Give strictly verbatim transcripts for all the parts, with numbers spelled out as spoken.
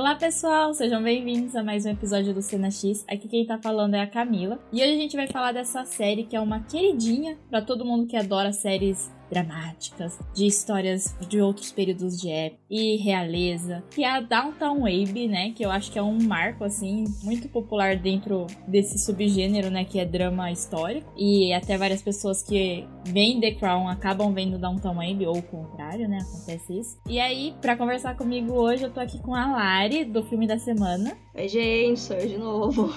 Olá pessoal, sejam bem-vindos a mais um episódio do Cena X. Aqui quem tá falando é a Camila. E hoje a gente vai falar dessa série que é uma queridinha pra todo mundo que adora séries dramáticas, de histórias de outros períodos de época e realeza, que é a Downton Abbey, né, que eu acho que é um marco, assim, muito popular dentro desse subgênero, né, que é drama histórico, e até várias pessoas que veem The Crown acabam vendo Downton Abbey, ou o contrário, né, acontece isso. E aí, pra conversar comigo hoje, eu tô aqui com a Lari, do Filme da Semana. Oi gente, sou eu de novo.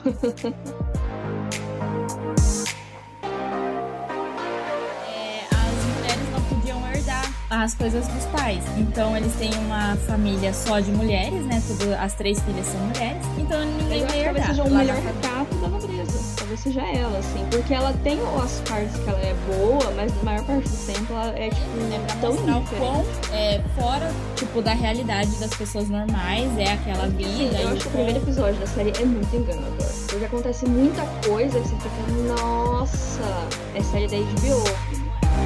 As coisas dos pais. Então eles têm uma família só de mulheres, né? Tudo, as três filhas são mulheres. Então ninguém vai herdar. Talvez seja o melhor retrato da nobreza. Talvez seja ela, assim. Porque ela tem as partes que ela é boa, mas na maior parte do tempo ela é, tipo, é pra tão mostrar diferente. O quão é, fora, tipo, da realidade das pessoas normais, é aquela vida. Sim, eu acho que o primeiro episódio da série é muito enganador. Porque acontece muita coisa que você fica, nossa, é série da H B O.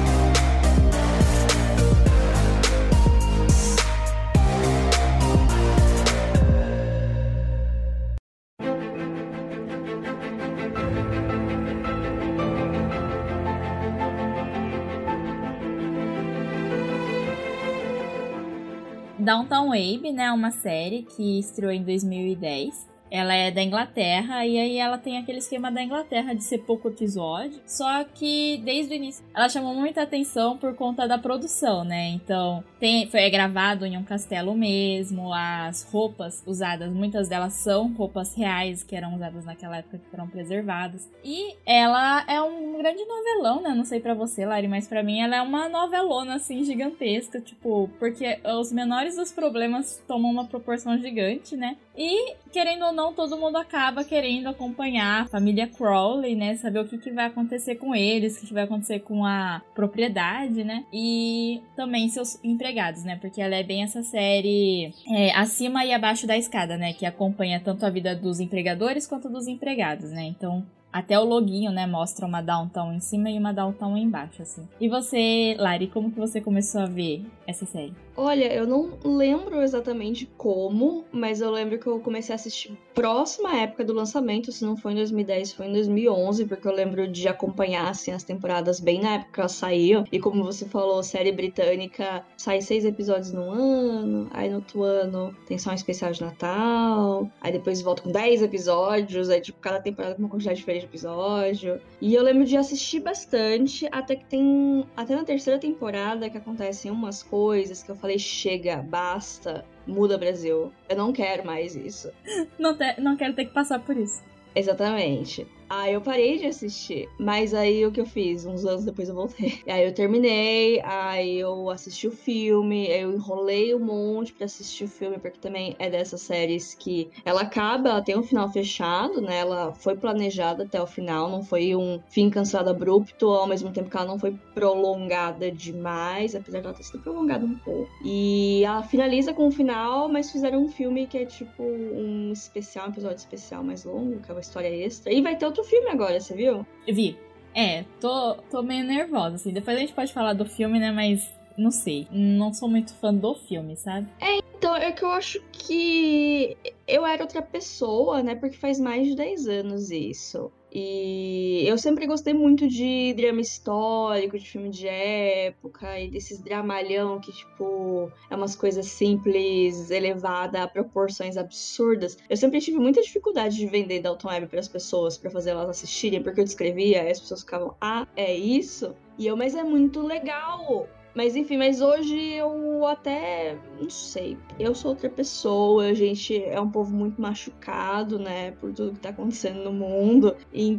Downton Abbey, né, é uma série que estreou em dois mil e dez. Ela é da Inglaterra e aí ela tem aquele esquema da Inglaterra de ser pouco episódio. Só que desde o início ela chamou muita atenção por conta da produção, né? Então tem, foi gravado em um castelo mesmo. As roupas usadas, muitas delas são roupas reais que eram usadas naquela época, que foram preservadas. E ela é um grande novelão, né? Não sei pra você, Lari, mas pra mim ela é uma novelona assim gigantesca, tipo, porque os menores dos problemas tomam uma proporção gigante, né? E querendo ou não, todo mundo acaba querendo acompanhar a família Crawley, né? Saber o que, que vai acontecer com eles, o que, que vai acontecer com a propriedade, né? E também seus empregados, né? Porque ela é bem essa série é, acima e abaixo da escada, né? Que acompanha tanto a vida dos empregadores quanto dos empregados, né? Então, até o loginho, né? Mostra uma Downton em cima e uma Downton embaixo, assim. E você, Lari, como que você começou a ver essa série? Olha, eu não lembro exatamente como, mas eu lembro que eu comecei a assistir próxima à época do lançamento, se não foi em dois mil e dez, foi em dois mil e onze, porque eu lembro de acompanhar, assim, as temporadas bem na época que elas saíam. E como você falou, série britânica sai seis episódios no ano, aí no outro ano tem só um especial de Natal, aí depois volta com dez episódios, aí tipo, cada temporada com uma quantidade diferente de episódio. E eu lembro de assistir bastante, até que tem, até na terceira temporada que acontecem umas coisas que eu falei, chega, basta, muda Brasil. Eu não quero mais isso. Não, te, não quero ter que passar por isso. Exatamente. Aí eu parei de assistir, mas aí o que eu fiz? Uns anos depois eu voltei. Aí eu terminei, aí eu assisti o filme, aí eu enrolei um monte pra assistir o filme, porque também é dessas séries que ela acaba, ela tem um final fechado, né? Ela foi planejada até o final, não foi um fim cancelado abrupto, ao mesmo tempo que ela não foi prolongada demais, apesar de ela ter sido prolongada um pouco. E ela finaliza com um final, mas fizeram um filme que é tipo um especial, um episódio especial mais longo, que é uma história extra. E vai ter outro filme agora, você viu? Vi. É, tô, tô meio nervosa, assim. Depois a gente pode falar do filme, né? Mas não sei. Não sou muito fã do filme, sabe? É, então, é que eu acho que eu era outra pessoa, né? Porque faz mais de dez anos isso. E eu sempre gostei muito de drama histórico, de filme de época e desses dramalhão que, tipo, é umas coisas simples, elevada a proporções absurdas. Eu sempre tive muita dificuldade de vender Downton Abbey para as pessoas, para fazer elas assistirem, porque eu descrevia e as pessoas ficavam, ah, é isso? E eu, mas é muito legal! Mas enfim, mas hoje eu até, não sei, eu sou outra pessoa, a gente é um povo muito machucado, né, por tudo que tá acontecendo no mundo,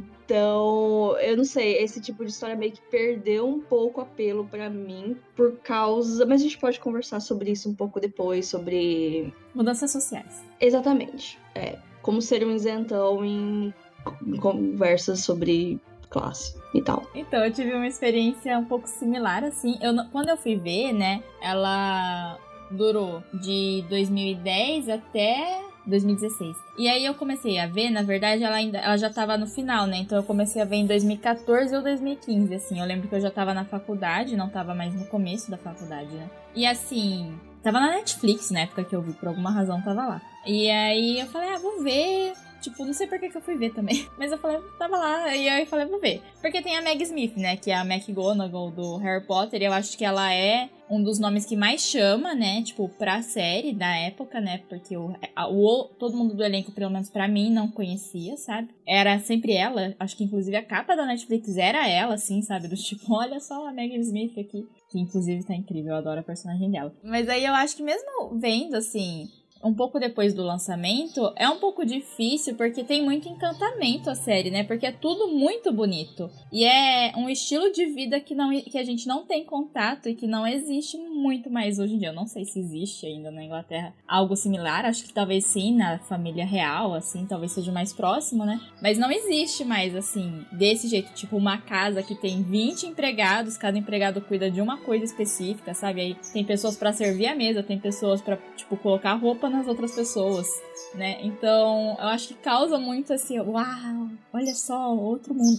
então, eu não sei, esse tipo de história meio que perdeu um pouco o apelo pra mim, por causa, mas a gente pode conversar sobre isso um pouco depois, sobre... Mudanças sociais. Exatamente, é, como ser um isentão em, em conversas sobre classe e tal. Então, eu tive uma experiência um pouco similar, assim. Eu, quando eu fui ver, né, ela durou de dois mil e dez até dois mil e dezesseis. E aí eu comecei a ver, na verdade, ela ainda ela já tava no final, né? Então eu comecei a ver em dois mil e quatorze ou dois mil e quinze, assim. Eu lembro que eu já tava na faculdade, não tava mais no começo da faculdade, né? E assim, Tava na Netflix na época que eu vi, por alguma razão tava lá. E aí eu falei, ah, vou ver. Tipo, não sei por que que eu fui ver também. Mas eu falei, tava lá, e aí eu falei, vou ver. Porque tem a Meg Smith, né, que é a McGonagall do Harry Potter, e eu acho que ela é um dos nomes que mais chama, né, tipo, pra série da época, né, porque o, o, todo mundo do elenco, pelo menos pra mim, não conhecia, sabe? Era sempre ela, acho que inclusive a capa da Netflix era ela, assim, sabe? Do tipo, olha só a Meg Smith aqui, que inclusive tá incrível, eu adoro a personagem dela. Mas aí eu acho que mesmo vendo, assim, um pouco depois do lançamento, é um pouco difícil porque tem muito encantamento a série, né? Porque é tudo muito bonito. E é um estilo de vida que, não, que a gente não tem contato e que não existe muito mais hoje em dia. Eu não sei se existe ainda na Inglaterra algo similar. Acho que talvez sim, na família real, assim, talvez seja mais próximo, né? Mas não existe mais, assim, desse jeito. Tipo, uma casa que tem vinte empregados, cada empregado cuida de uma coisa específica, sabe? Aí tem pessoas pra servir a mesa, tem pessoas pra, tipo, colocar roupa nas outras pessoas, né? Então, eu acho que causa muito assim, uau, olha só, outro mundo.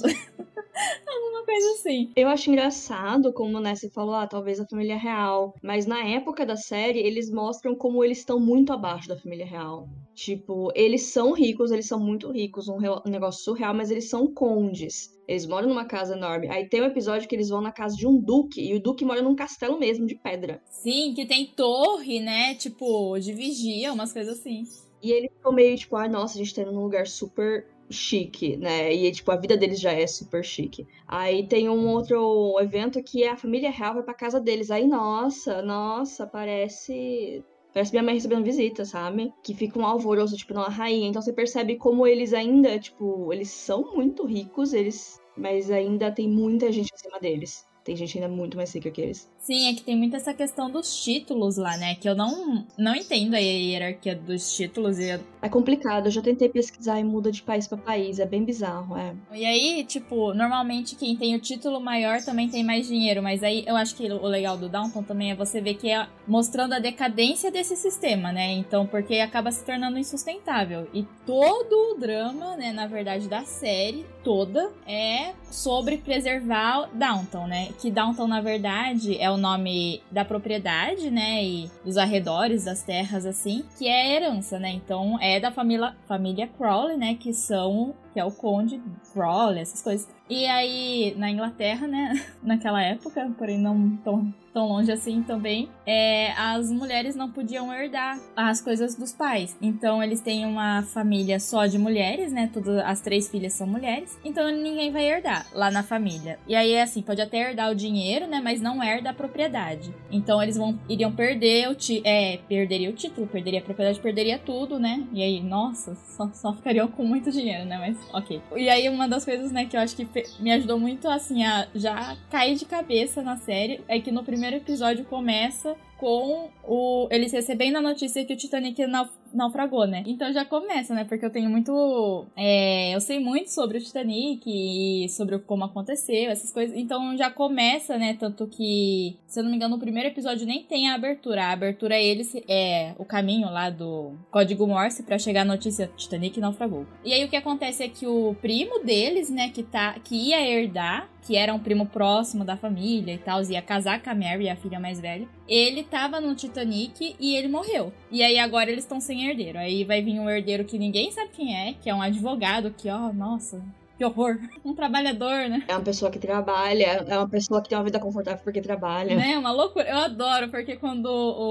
Alguma coisa assim. Eu acho engraçado como, né, você falou, ah, talvez a família real. Mas na época da série, eles mostram como eles estão muito abaixo da família real. Tipo, eles são ricos, eles são muito ricos, um, real, um negócio surreal, mas eles são condes. Eles moram numa casa enorme. Aí tem um episódio que eles vão na casa de um duque, e o duque mora num castelo mesmo, de pedra. Sim, que tem torre, né? Tipo, de vigia, umas coisas assim. E eles ficam meio tipo, ah, nossa, a gente tá indo num lugar super chique, né? E, tipo, a vida deles já é super chique. Aí tem um outro evento que a família real vai pra casa deles. Aí, nossa, nossa, parece... Parece minha mãe recebendo visita, sabe? Que fica um alvoroço, tipo, numa rainha. Então você percebe como eles ainda, tipo, eles são muito ricos, eles... mas ainda tem muita gente acima deles. Tem gente ainda muito mais rica que eles. Sim, é que tem muito essa questão dos títulos lá, né? Que eu não, não entendo a hierarquia dos títulos. E... é complicado, eu já tentei pesquisar e muda de país pra país, é bem bizarro, é. E aí, tipo, normalmente quem tem o título maior também tem mais dinheiro, mas aí eu acho que o legal do Downton também é você ver que é mostrando a decadência desse sistema, né? Então, porque acaba se tornando insustentável. E todo o drama, né, na verdade, da série toda é sobre preservar Downton, né? Que Downton, na verdade, é o nome da propriedade, né, e dos arredores das terras, assim, que é a herança, né, então é da família, família Crawley, né, que são, que é o conde Crawley, essas coisas. E aí, na Inglaterra, né, naquela época, porém não tão, tão longe assim também, é, as mulheres não podiam herdar as coisas dos pais. Então, eles têm uma família só de mulheres, né, todas as três filhas são mulheres, então ninguém vai herdar lá na família. E aí, assim, pode até herdar o dinheiro, né, mas não herda a propriedade. Então, eles vão, iriam perder o ti- é, perderia o título, perderia a propriedade, perderia tudo, né, e aí, nossa, só, só ficariam com muito dinheiro, né, mas ok. E aí, uma das coisas, né, que eu acho que me ajudou muito, assim, a já cair de cabeça na série, é que no primeiro episódio começa com o eles recebendo a notícia que o Titanic nauf naufragou, né? Então já começa, né? Porque eu tenho muito... É, eu sei muito sobre o Titanic e sobre como aconteceu, essas coisas. Então já começa, né? Tanto que, se eu não me engano, no primeiro episódio nem tem a abertura. A abertura é eles... É o caminho lá do Código Morse pra chegar a notícia Titanic naufragou. E aí o que acontece é que o primo deles, né? Que, tá, que ia herdar, que era um primo próximo da família e tal, ia casar com a Mary, a filha mais velha, ele tava no Titanic e ele morreu. E aí agora eles estão sem herdeiro. Aí vai vir um herdeiro que ninguém sabe quem é, que é um advogado que, ó, nossa, que horror. Um trabalhador, né? É uma pessoa que trabalha, é uma pessoa que tem uma vida confortável porque trabalha. Né, uma loucura. Eu adoro, porque quando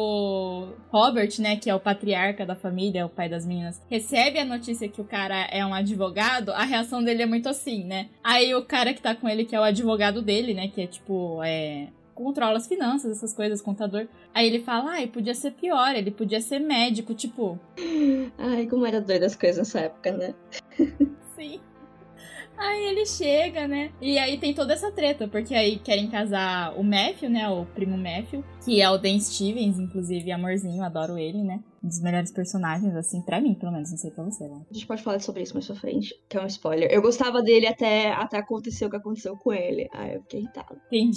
o Robert, né, que é o patriarca da família, o pai das meninas, recebe a notícia que o cara é um advogado, a reação dele é muito assim, né? Aí o cara que tá com ele, que é o advogado dele, né, que é tipo, é... controla as finanças, essas coisas, contador. Aí ele fala, ai, podia ser pior, ele podia ser médico, tipo... Ai, como era doida as coisas nessa época, né? Sim. Aí ele chega, né? E aí tem toda essa treta, porque aí querem casar o Matthew, né? O primo Matthew, que é o Dan Stevens, inclusive, amorzinho, adoro ele, né? Um dos melhores personagens, assim, pra mim, pelo menos, não sei pra você, né? A gente pode falar sobre isso mais pra frente, que é um spoiler. Eu gostava dele até, até acontecer o que aconteceu com ele. Aí eu fiquei irritada. Entendi.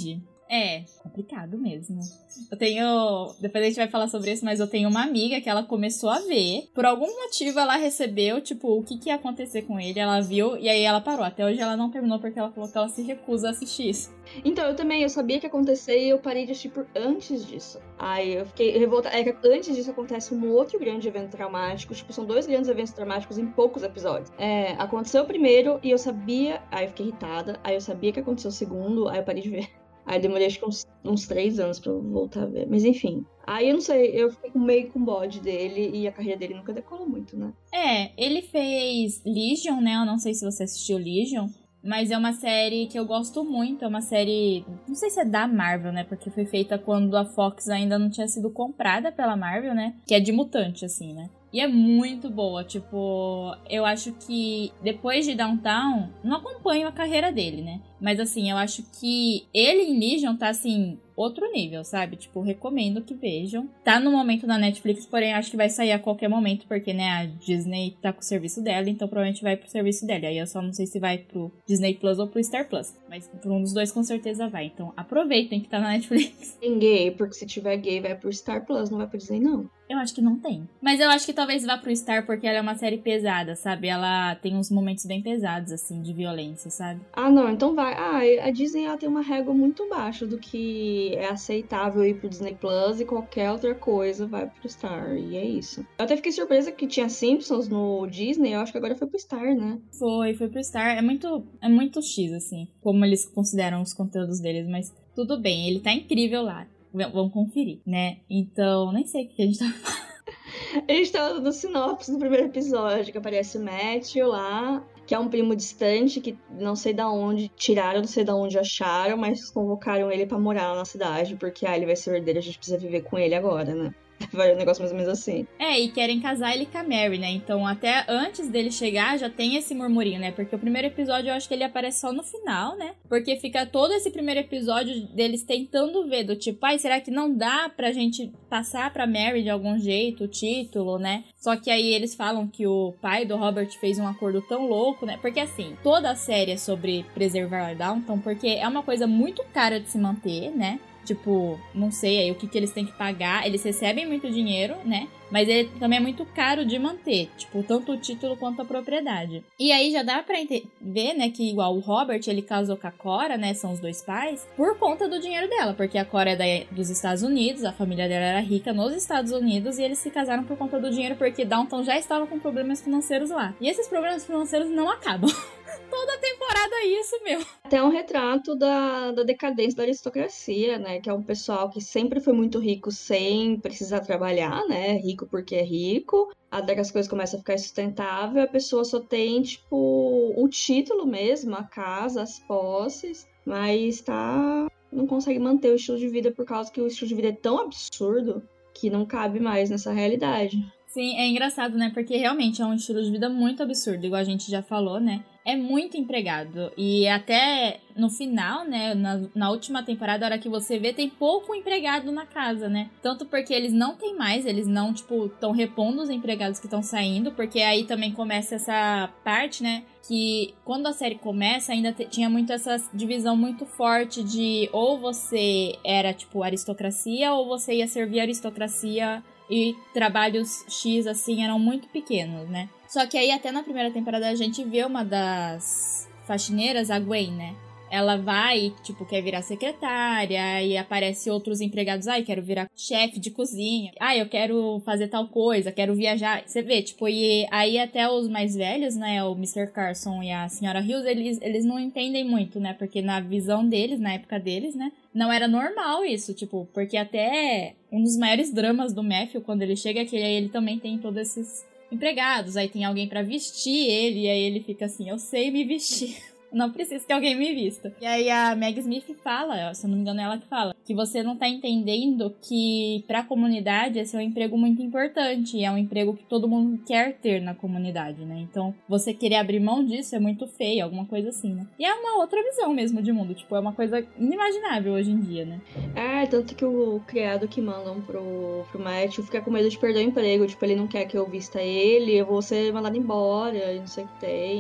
É, complicado mesmo. Eu tenho... Depois a gente vai falar sobre isso, mas eu tenho uma amiga que ela começou a ver. Por algum motivo ela recebeu, tipo, o que, que ia acontecer com ele. Ela viu e aí ela parou. Até hoje ela não terminou porque ela falou que ela se recusa a assistir isso. Então, eu também, eu sabia que ia acontecer e eu parei de assistir por antes disso. Aí eu fiquei revoltada. É que antes disso acontece um outro grande evento traumático. Tipo, são dois grandes eventos traumáticos em poucos episódios. É, aconteceu o primeiro e eu sabia... Aí eu fiquei irritada. Aí eu sabia que aconteceu o segundo, aí eu parei de ver. Aí demorei acho que uns, uns três anos pra eu voltar a ver. Mas enfim. Aí eu não sei, eu fiquei meio com bode dele e a carreira dele nunca decolou muito, né? É, ele fez Legion, né? Eu não sei se você assistiu Legion. Mas é uma série que eu gosto muito. É uma série... Não sei se é da Marvel, né? Porque foi feita quando a Fox ainda não tinha sido comprada pela Marvel, né? Que é de mutante, assim, né? E é muito boa, tipo, eu acho que depois de Downtown, não acompanho a carreira dele, né? Mas assim, eu acho que ele em Legion tá assim, outro nível, sabe? Tipo, recomendo que vejam. Tá no momento na Netflix, porém acho que vai sair a qualquer momento, porque, né, a Disney tá com o serviço dela, então provavelmente vai pro serviço dela. Aí eu só não sei se vai pro Disney Plus ou pro Star Plus. Mas por um dos dois com certeza vai. Então aproveitem que tá na Netflix. Tem gay, porque se tiver gay vai pro Star Plus, não vai pro Disney, não. Eu acho que não tem. Mas eu acho que talvez vá pro Star porque ela é uma série pesada, sabe? Ela tem uns momentos bem pesados, assim, de violência, sabe? Ah, não, então vai. Ah, a Disney ela tem uma régua muito baixa do que é aceitável ir pro Disney Plus e qualquer outra coisa vai pro Star. E é isso. Eu até fiquei surpresa que tinha Simpsons no Disney, eu acho que agora foi pro Star, né? Foi, foi pro Star. É muito, é muito X, assim, como eles consideram os conteúdos deles, mas tudo bem, ele tá incrível lá. Vamos conferir, né? Então, nem sei o que a gente tá falando. A gente tava no sinopse do primeiro episódio, que aparece o Matthew lá, que é um primo distante, que não sei da onde tiraram, não sei da onde acharam, mas convocaram ele pra morar na cidade, porque ah, ele vai ser herdeiro, a gente precisa viver com ele agora, né? Vai um negócio mais ou menos assim. É, e querem casar ele com a Mary, né? Então, até antes dele chegar, já tem esse murmurinho, né? Porque o primeiro episódio, eu acho que ele aparece só no final, né? Porque fica todo esse primeiro episódio deles tentando ver, do tipo, ai, será que não dá pra gente passar pra Mary de algum jeito o título, né? Só que aí eles falam que o pai do Robert fez um acordo tão louco, né? Porque, assim, toda a série é sobre preservar Downton, porque é uma coisa muito cara de se manter, né? Tipo, não sei aí o que, que eles têm que pagar. Eles recebem muito dinheiro, né? Mas ele também é muito caro de manter. Tipo, tanto o título quanto a propriedade. E aí já dá pra ver, né? Que igual o Robert, ele casou com a Cora, né? São os dois pais. Por conta do dinheiro dela. Porque a Cora é da, dos Estados Unidos. A família dela era rica nos Estados Unidos. E eles se casaram por conta do dinheiro. Porque Downton já estava com problemas financeiros lá. E esses problemas financeiros não acabam. Toda temporada é isso, meu. Até um retrato da, da decadência da aristocracia, né? Que é um pessoal que sempre foi muito rico sem precisar trabalhar, né? Rico porque é rico. Até que as coisas começam a ficar sustentável, a pessoa só tem, tipo, o título mesmo, a casa, as posses, mas tá... não consegue manter o estilo de vida por causa que o estilo de vida é tão absurdo que não cabe mais nessa realidade. Sim, é engraçado, né? Porque realmente é um estilo de vida muito absurdo, igual a gente já falou, né? É muito empregado. E até no final, né? Na, na última temporada, a hora que você vê, tem pouco empregado na casa, né? Tanto porque eles não têm mais, eles não, tipo, estão repondo os empregados que estão saindo, porque aí também começa essa parte, né? Que quando a série começa, ainda t- tinha muito essa divisão muito forte de ou você era, tipo, aristocracia, ou você ia servir a aristocracia. E trabalhos X, assim, eram muito pequenos, né? Só que aí, até na primeira temporada, a gente vê uma das faxineiras, a Gwen, né? Ela vai, tipo, quer virar secretária, e aparece outros empregados, ai, quero virar chefe de cozinha, ai, eu quero fazer tal coisa, quero viajar. Você vê, tipo, e aí até os mais velhos, né, o mister Carson e a senhora Hughes, eles, eles não entendem muito, né, porque na visão deles, na época deles, né, não era normal isso, tipo, porque até um dos maiores dramas do Matthew, quando ele chega, é que aí ele também tem todos esses empregados, aí tem alguém pra vestir ele, e aí ele fica assim, eu sei me vestir. Não preciso que alguém me vista. E aí a Meg Smith fala, se eu não me engano é ela que fala, que você não tá entendendo que pra comunidade esse é um emprego muito importante. E é um emprego que todo mundo quer ter na comunidade, né? Então você querer abrir mão disso é muito feio, alguma coisa assim, né? E é uma outra visão mesmo de mundo. Tipo, é uma coisa inimaginável hoje em dia, né? É, tanto que o criado que mandam pro, pro Matthew fica com medo de perder o emprego. Tipo, ele não quer que eu vista ele, eu vou ser mandado embora, e não sei o que tem.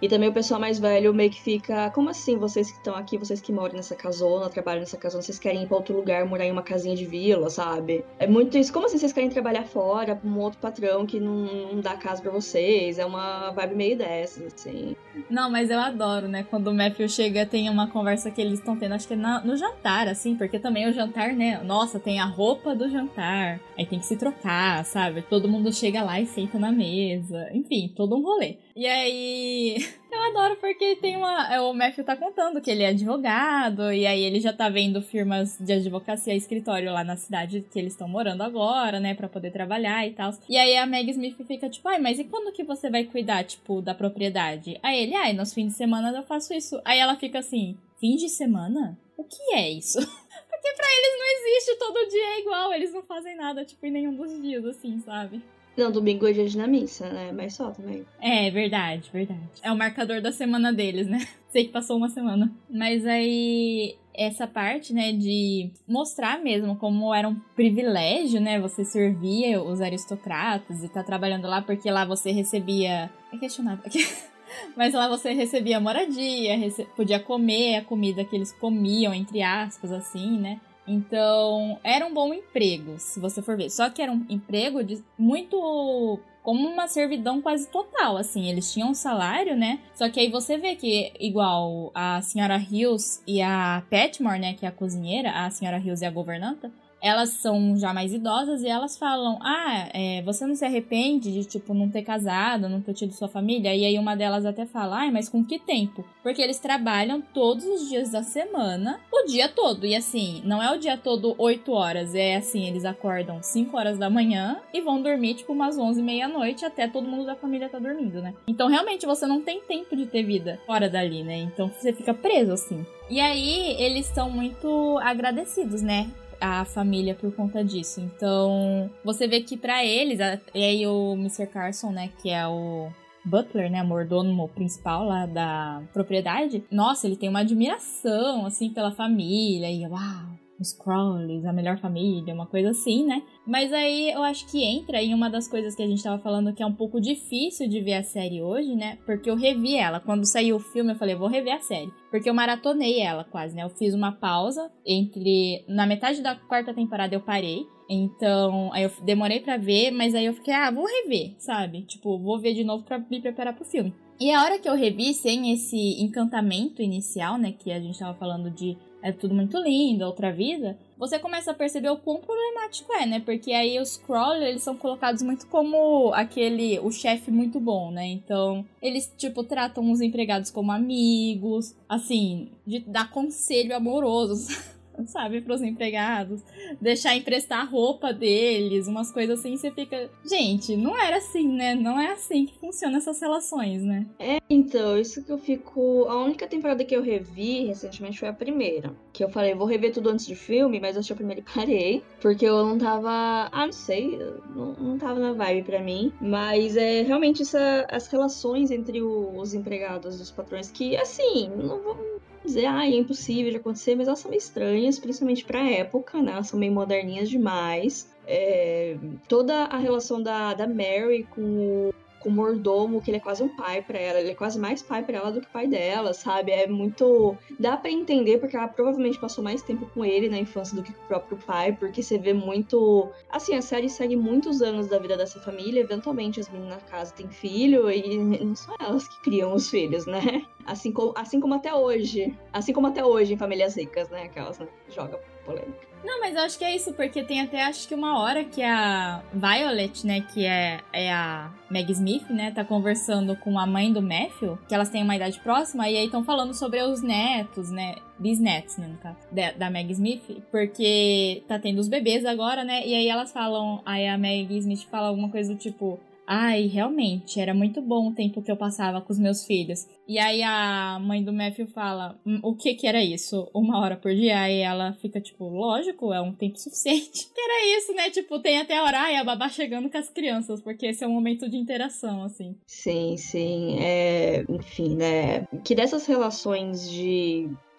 E também o pessoal mais velho meio que fica, como assim vocês que estão aqui, vocês que moram nessa casona, trabalham nessa casona, vocês querem ir pra outro lugar, morar em uma casinha de vila, sabe? É muito isso. Como assim vocês querem trabalhar fora pra um outro patrão que não, não dá casa pra vocês? É uma vibe meio dessas, assim. Não, mas eu adoro, né? Quando o Matthew chega, tem uma conversa que eles estão tendo, acho que é na, no jantar, assim, porque também o jantar, né? Nossa, tem a roupa do jantar, aí tem que se trocar, sabe? Todo mundo chega lá e senta na mesa, enfim, todo um rolê. E aí, eu adoro porque tem uma... O Matthew tá contando que ele é advogado, e aí ele já tá vendo firmas de advocacia, escritório lá na cidade que eles estão morando agora, né? Pra poder trabalhar e tal. E aí a Meg Smith fica tipo, ai, mas e quando que você vai cuidar, tipo, da propriedade? Aí ele, ai, nos fins de semana eu faço isso. Aí ela fica assim, fim de semana? O que é isso? Porque pra eles não existe, todo dia é igual, eles não fazem nada, tipo, em nenhum dos dias, assim, sabe? Não, domingo é dia de ir na missa, né? Mas só também. É, verdade, verdade. É o marcador da semana deles, né? Sei que passou uma semana. Mas aí, essa parte, né, de mostrar mesmo como era um privilégio, né? Você servia os aristocratas e tá trabalhando lá, porque lá você recebia... É questionável aqui. Mas lá você recebia moradia, rece... podia comer a comida que eles comiam, entre aspas, assim, né? Então, era um bom emprego, se você for ver. Só que era um emprego de muito... como uma servidão quase total, assim. Eles tinham um salário, né? Só que aí você vê que, igual a senhora Hills e a Petmore, né? Que é a cozinheira, a senhora Hills e a governanta, elas são já mais idosas e elas falam, ah, é, você não se arrepende de, tipo, não ter casado, não ter tido sua família? E aí uma delas até fala, ai, mas com que tempo? Porque eles trabalham todos os dias da semana, o dia todo. E assim, não é o dia todo oito horas, é assim, eles acordam cinco horas da manhã e vão dormir, tipo, umas onze e meia da noite, até todo mundo da família tá dormindo, né? Então, realmente, você não tem tempo de ter vida fora dali, né? Então, você fica preso, assim. E aí, eles estão muito agradecidos, né? A família por conta disso. Então, você vê que pra eles, e aí o mister Carson, né, que é o butler, né, mordomo principal lá da propriedade, nossa, ele tem uma admiração, assim, pela família, e uau, os Crawleys, a melhor família, uma coisa assim, né? Mas aí eu acho que entra em uma das coisas que a gente tava falando que é um pouco difícil de ver a série hoje, né? Porque eu revi ela. Quando saiu o filme, eu falei, vou rever a série. Porque eu maratonei ela quase, né? Eu fiz uma pausa entre... Na metade da quarta temporada eu parei. Então, aí eu demorei pra ver, mas aí eu fiquei, ah, vou rever, sabe? Tipo, vou ver de novo pra me preparar pro filme. E a hora que eu revi, sem esse encantamento inicial, né? Que a gente tava falando de é tudo muito lindo, outra vida, você começa a perceber o quão problemático é, né? Porque aí os Crawlers, eles são colocados muito como aquele, o chefe muito bom, né? Então, eles, tipo, tratam os empregados como amigos, assim, de dar conselho amoroso, sabe, pros empregados, deixar emprestar a roupa deles, umas coisas assim, você fica... Gente, não era assim, né? Não é assim que funcionam essas relações, né? É, então, isso que eu fico... A única temporada que eu revi recentemente foi a primeira. Que eu falei, vou rever tudo antes do filme, mas eu assisti a primeira e parei. Porque eu não tava... Ah, não sei, não, não tava na vibe pra mim. Mas é realmente essa, as relações entre o, os empregados e os patrões que, assim, não vou dizer, ah, é impossível de acontecer, mas elas são meio estranhas, principalmente pra época, né? Elas são meio moderninhas demais. É, toda a relação da, da Mary com o, com o mordomo, que ele é quase um pai pra ela, ele é quase mais pai pra ela do que pai dela, sabe? É muito... Dá pra entender, porque ela provavelmente passou mais tempo com ele na infância do que com o próprio pai, porque você vê muito... Assim, a série segue muitos anos da vida dessa família, eventualmente as meninas na casa têm filho, e não são elas que criam os filhos, né? Assim como, assim como até hoje. Assim como até hoje em famílias ricas, né? Aquelas, né? Joga polêmica. Não, mas eu acho que é isso, porque tem até, acho que uma hora que a Violet, né, que é, é a Meg Smith, né, tá conversando com a mãe do Matthew, que elas têm uma idade próxima, e aí estão falando sobre os netos, né, bisnetos, né, no caso, da, da Meg Smith, porque tá tendo os bebês agora, né, e aí elas falam, aí a Meg Smith fala alguma coisa do tipo... Ai, realmente, era muito bom o tempo que eu passava com os meus filhos. E aí a mãe do Matthew fala, o que que era isso? Uma hora por dia? Aí ela fica tipo, lógico, é um tempo suficiente. Que era isso, né? Tipo, tem até a hora, ai, a babá chegando com as crianças, porque esse é um momento de interação, assim. Sim, sim. É, enfim, né? Que dessas relações de...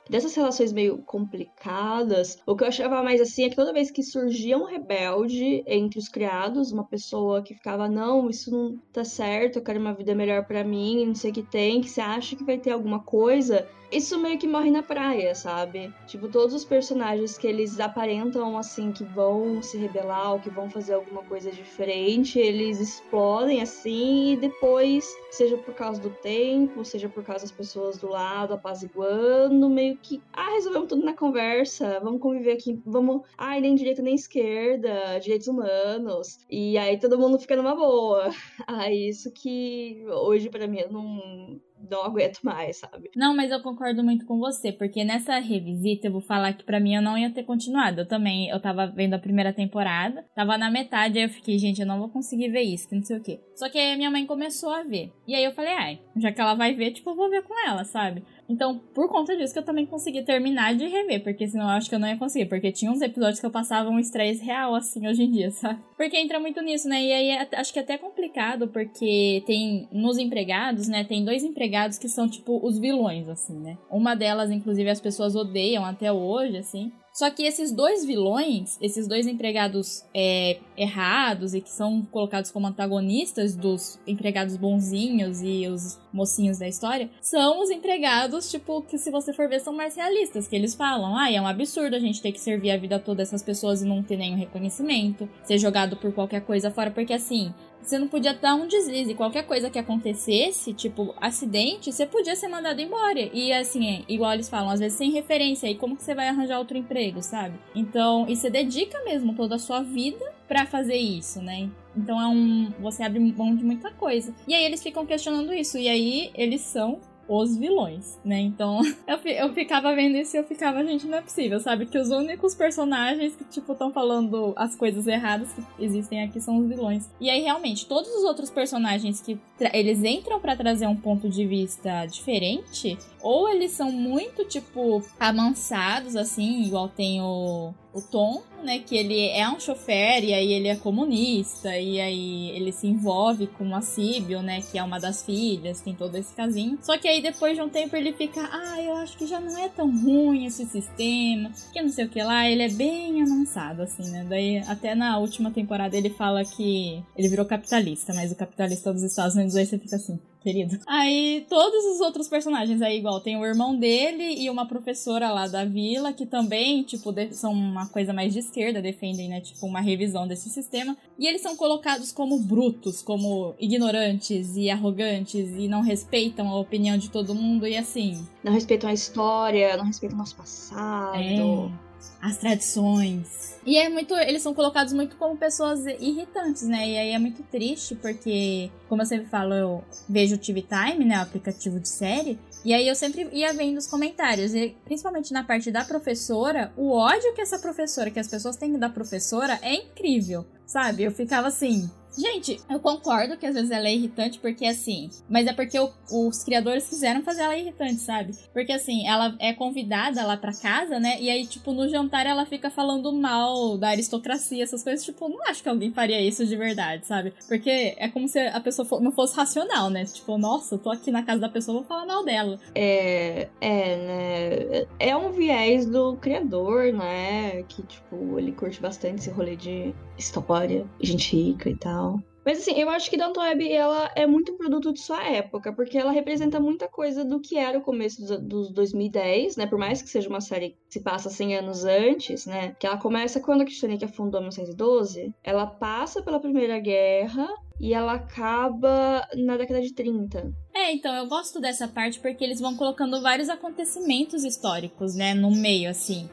dessas relações meio complicadas, o que eu achava mais assim é que toda vez que surgia um rebelde entre os criados, uma pessoa que ficava, não, isso não tá certo, eu quero uma vida melhor pra mim, não sei o que tem, que você acha que vai ter alguma coisa, isso meio que morre na praia, sabe? Tipo, todos os personagens que eles aparentam, assim, que vão se rebelar ou que vão fazer alguma coisa diferente, eles explodem, assim, e depois, seja por causa do tempo, seja por causa das pessoas do lado apaziguando, meio que, ah, resolvemos tudo na conversa, vamos conviver aqui, vamos, ai, nem direita nem esquerda, direitos humanos, e aí todo mundo fica numa boa. Ah, isso que hoje pra mim eu não, não aguento mais, sabe? Não, mas eu concordo muito com você, porque nessa revisita eu vou falar que pra mim eu não ia ter continuado. Eu também, eu tava vendo a primeira temporada, tava na metade, aí eu fiquei, gente, eu não vou conseguir ver isso, que não sei o quê. Só que aí a minha mãe começou a ver. E aí eu falei, ai, já que ela vai ver, tipo, eu vou ver com ela, sabe? Então, por conta disso que eu também consegui terminar de rever, porque senão eu acho que eu não ia conseguir, porque tinha uns episódios que eu passava um estresse real, assim, hoje em dia, sabe? Porque entra muito nisso, né? E aí é, acho que é até complicado, porque tem, nos empregados, né, tem dois empregados que são, tipo, os vilões, assim, né? Uma delas, inclusive, as pessoas odeiam até hoje, assim. Só que esses dois vilões, esses dois empregados é, errados e que são colocados como antagonistas dos empregados bonzinhos e os mocinhos da história, são os empregados, tipo, que se você for ver, são mais realistas, que eles falam, ah, é um absurdo a gente ter que servir a vida toda essas pessoas e não ter nenhum reconhecimento, ser jogado por qualquer coisa fora, porque assim, você não podia dar um deslize, qualquer coisa que acontecesse, tipo, acidente, você podia ser mandado embora. E assim, igual eles falam, às vezes sem referência, e como que você vai arranjar outro emprego, sabe? Então, e você dedica mesmo toda a sua vida pra fazer isso, né? Então é um... você abre mão de muita coisa. E aí eles ficam questionando isso, e aí eles são os vilões, né? Então, eu, eu ficava vendo isso e eu ficava, gente, não é possível, sabe? Que os únicos personagens que, tipo, estão falando as coisas erradas que existem aqui são os vilões. E aí, realmente, todos os outros personagens que eles entram pra trazer um ponto de vista diferente, ou eles são muito, tipo, amansados, assim, igual tem o, o Tom, né, que ele é um chofer e aí ele é comunista e aí ele se envolve com a Síbil, né, que é uma das filhas, tem todo esse casinho. Só que aí depois de um tempo ele fica, ah, eu acho que já não é tão ruim esse sistema, que não sei o que lá, ele é bem amansado, assim, né, daí até na última temporada ele fala que ele virou capitalista, mas o capitalista dos Estados Unidos aí você fica assim, querido. Aí todos os outros personagens aí igual, tem o irmão dele e uma professora lá da vila, que também, tipo, são uma coisa mais de esquerda, defendem, né, tipo, uma revisão desse sistema, e eles são colocados como brutos, como ignorantes e arrogantes, e não respeitam a opinião de todo mundo, e assim... Não respeitam a história, não respeitam o nosso passado... É. As tradições. E é muito. Eles são colocados muito como pessoas irritantes, né? E aí é muito triste, porque, como eu sempre falo, eu vejo o T V Time, né? O aplicativo de série. E aí eu sempre ia vendo os comentários. E principalmente na parte da professora, o ódio que essa professora, que as pessoas têm da professora, é incrível. Sabe? Eu ficava assim. Gente, eu concordo que às vezes ela é irritante, porque assim... Mas é porque o, os criadores quiseram fazer ela irritante, sabe? Porque assim, ela é convidada lá pra casa, né? E aí, tipo, no jantar ela fica falando mal da aristocracia, essas coisas. Tipo, não acho que alguém faria isso de verdade, sabe? Porque é como se a pessoa for, não fosse racional, né? Tipo, nossa, eu tô aqui na casa da pessoa, vou falar mal dela. É, é, né? É um viés do criador, né? Que, tipo, ele curte bastante esse rolê de história, gente rica e tal. Mas assim, eu acho que Downton Abbey, ela é muito produto de sua época, porque ela representa muita coisa do que era o começo dos, dos dois mil e dez, né? Por mais que seja uma série que se passa cem anos antes, né? Que ela começa quando a Titanic afundou em mil novecentos e doze, ela passa pela Primeira Guerra e ela acaba na década de trinta. É, então, eu gosto dessa parte porque eles vão colocando vários acontecimentos históricos, né, no meio, assim,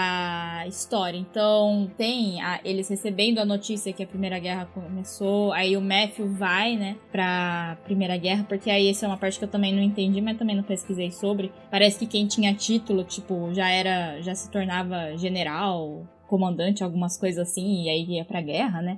da história. Então, tem a, eles recebendo a notícia que a Primeira Guerra começou, aí o Matthew vai, né, pra Primeira Guerra, porque aí essa é uma parte que eu também não entendi, mas também não pesquisei sobre. Parece que quem tinha título, tipo, já era, já se tornava general, comandante, algumas coisas assim, e aí ia pra guerra, né.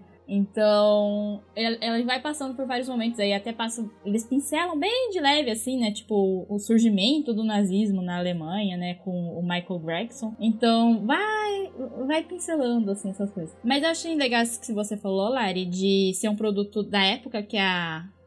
Então, ela vai passando por vários momentos, aí até passam, eles pincelam bem de leve, assim, né, tipo, o surgimento do nazismo na Alemanha, né, com o Michael Gregson. Então, vai, vai pincelando, assim, essas coisas. Mas eu achei legal isso que você falou, Lari, de ser um produto da época que a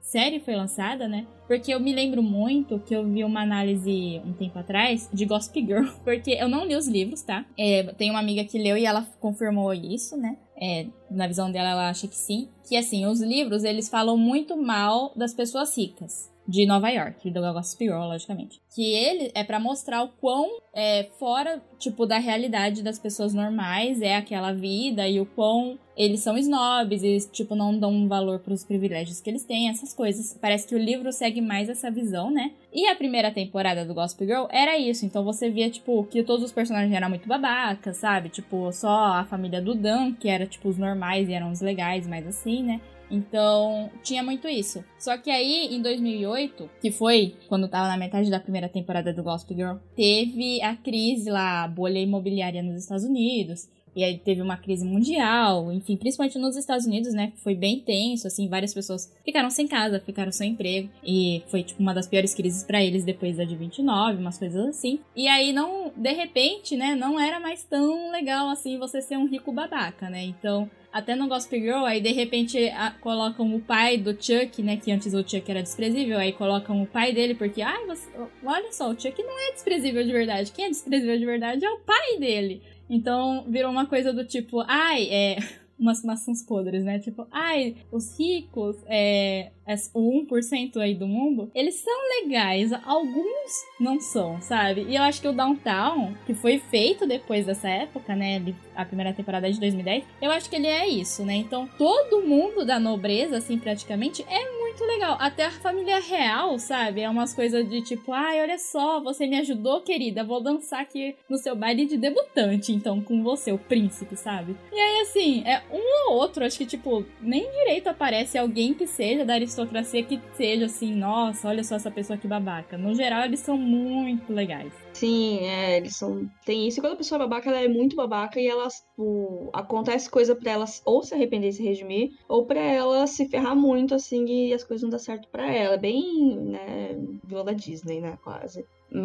série foi lançada, né? Porque eu me lembro muito que eu vi uma análise um tempo atrás de Gossip Girl. Porque eu não li os livros, tá? É, tem uma amiga que leu e ela confirmou isso, né? É, na visão dela, ela acha que sim. Que, assim, os livros, eles falam muito mal das pessoas ricas de Nova York, do Gossip Girl, logicamente. Que ele é pra mostrar o quão é, fora, tipo, da realidade das pessoas normais é aquela vida e o quão eles são snobs e, tipo, não dão valor pros privilégios que eles têm, essas coisas. Parece que o livro segue mais essa visão, né? E a primeira temporada do Gossip Girl era isso. Então você via, tipo, que todos os personagens eram muito babacas, sabe? Tipo, só a família do Dan, que era, tipo, os normais e eram os legais, mais assim, né? Então, tinha muito isso. Só que aí, em dois mil e oito, que foi quando tava na metade da primeira temporada do Gossip Girl, teve a crise lá, a bolha imobiliária nos Estados Unidos. E aí teve uma crise mundial, enfim, principalmente nos Estados Unidos, né? Foi bem tenso, assim, várias pessoas ficaram sem casa, ficaram sem emprego. E foi, tipo, uma das piores crises pra eles depois da de vinte e nove, umas coisas assim. E aí, não, de repente, né, não era mais tão legal, assim, você ser um rico babaca, né? Então, até no Gossip Girl, aí de repente a, colocam o pai do Chuck, né, que antes o Chuck era desprezível, aí colocam o pai dele porque, ai, você, olha só, o Chuck não é desprezível de verdade, quem é desprezível de verdade é o pai dele. Então, virou uma coisa do tipo, ai, é... umas maçãs podres, né? Tipo, ai, os ricos, é, o um por cento aí do mundo, eles são legais, alguns não são, sabe? E eu acho que o Downtown, que foi feito depois dessa época, né? A primeira temporada é de dois mil e dez, eu acho que ele é isso, né? Então, todo mundo da nobreza, assim, praticamente, é muito legal. Até a família real, sabe? É umas coisas de tipo, ai, olha só, você me ajudou, querida, vou dançar aqui no seu baile de debutante, então, com você, o príncipe, sabe? E aí, assim, é um ou outro, acho que, tipo, nem direito aparece alguém que seja da aristocracia que seja assim, nossa, olha só essa pessoa que babaca. No geral, eles são muito legais. Sim, é, eles são... Tem isso, e quando a pessoa é babaca, ela é muito babaca e ela, tipo, acontece coisa pra ela ou se arrepender e se redimir, ou pra ela se ferrar muito, assim, e as coisas não dão certo pra ela. Bem, né, Vila da Disney, né, quase.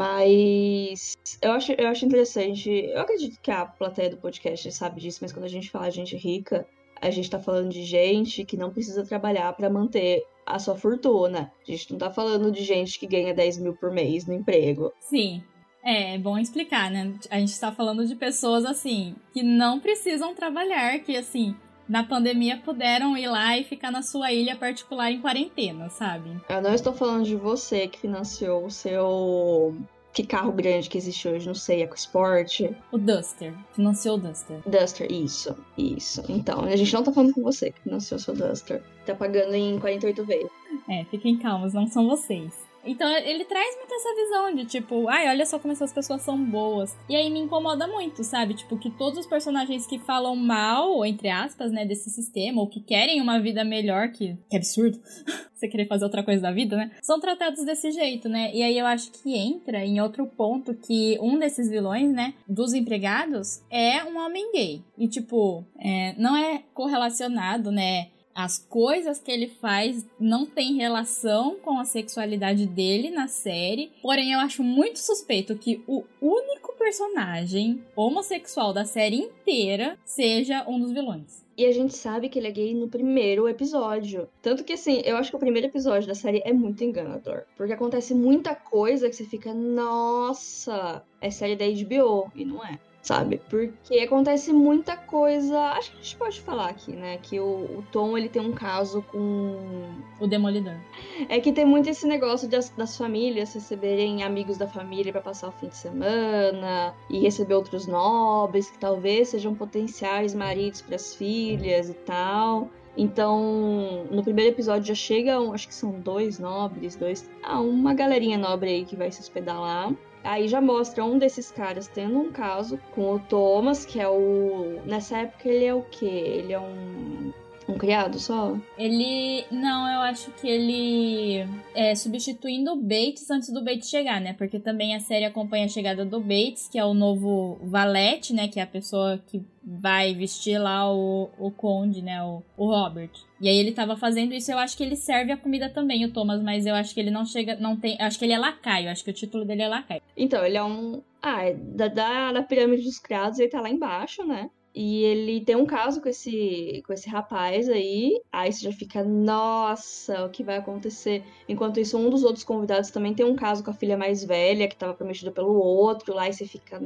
Mas eu acho, eu acho interessante, eu acredito que a plateia do podcast sabe disso, mas quando a gente fala de gente rica, a gente tá falando de gente que não precisa trabalhar pra manter a sua fortuna. A gente não tá falando de gente que ganha dez mil por mês no emprego. Sim. É, é bom explicar, né? A gente tá falando de pessoas, assim, que não precisam trabalhar, que, assim, na pandemia puderam ir lá e ficar na sua ilha particular em quarentena, sabe? Eu não estou falando de você que financiou o seu... Que carro grande que existe hoje, não sei, EcoSport. O Duster. Financiou o Duster. Duster, isso, isso. Então, a gente não tá falando com você que financiou o seu Duster. Tá pagando em quarenta e oito vezes. É, fiquem calmos, não são vocês. Então ele traz muito essa visão de tipo, ai, olha só como essas pessoas são boas. E aí me incomoda muito, sabe? Tipo, que todos os personagens que falam mal, entre aspas, né, desse sistema, ou que querem uma vida melhor, que, que absurdo, você querer fazer outra coisa da vida, né? São tratados desse jeito, né? E aí eu acho que entra em outro ponto que um desses vilões, né, dos empregados, é um homem gay. E tipo, é, não é correlacionado, né? As coisas que ele faz não tem relação com a sexualidade dele na série. Porém, eu acho muito suspeito que o único personagem homossexual da série inteira seja um dos vilões. E a gente sabe que ele é gay no primeiro episódio. Tanto que, assim, eu acho que o primeiro episódio da série é muito enganador. Porque acontece muita coisa que você fica, nossa, é série da H B O. E não é. Sabe? Porque acontece muita coisa... Acho que a gente pode falar aqui, né? Que o, o Tom, ele tem um caso com... O Demolidor. É que tem muito esse negócio de as, das famílias receberem amigos da família pra passar o fim de semana. E receber outros nobres, que talvez sejam potenciais maridos pras filhas e tal. Então, no primeiro episódio já chegam... Acho que são dois nobres, dois... Ah, uma galerinha nobre aí que vai se hospedar lá. Aí já mostra um desses caras tendo um caso com o Thomas, que é o... Nessa época ele é o quê? Ele é um... Um criado só? Ele... Não, eu acho que ele é substituindo o Bates antes do Bates chegar, né? Porque também a série acompanha a chegada do Bates, que é o novo valete, né? Que é a pessoa que vai vestir lá o, o conde, né? O, o Robert. E aí ele tava fazendo isso, eu acho que ele serve a comida também, o Thomas, mas eu acho que ele não chega, não tem... Acho que ele é lacaio, acho que o título dele é lacaio. Então, ele é um... Ah, é da, da, da pirâmide dos criados, ele tá lá embaixo, né? E ele tem um caso com esse, com esse rapaz aí. Aí você já fica, nossa, o que vai acontecer? Enquanto isso, um dos outros convidados também tem um caso com a filha mais velha, que tava prometida pelo outro lá. E você fica,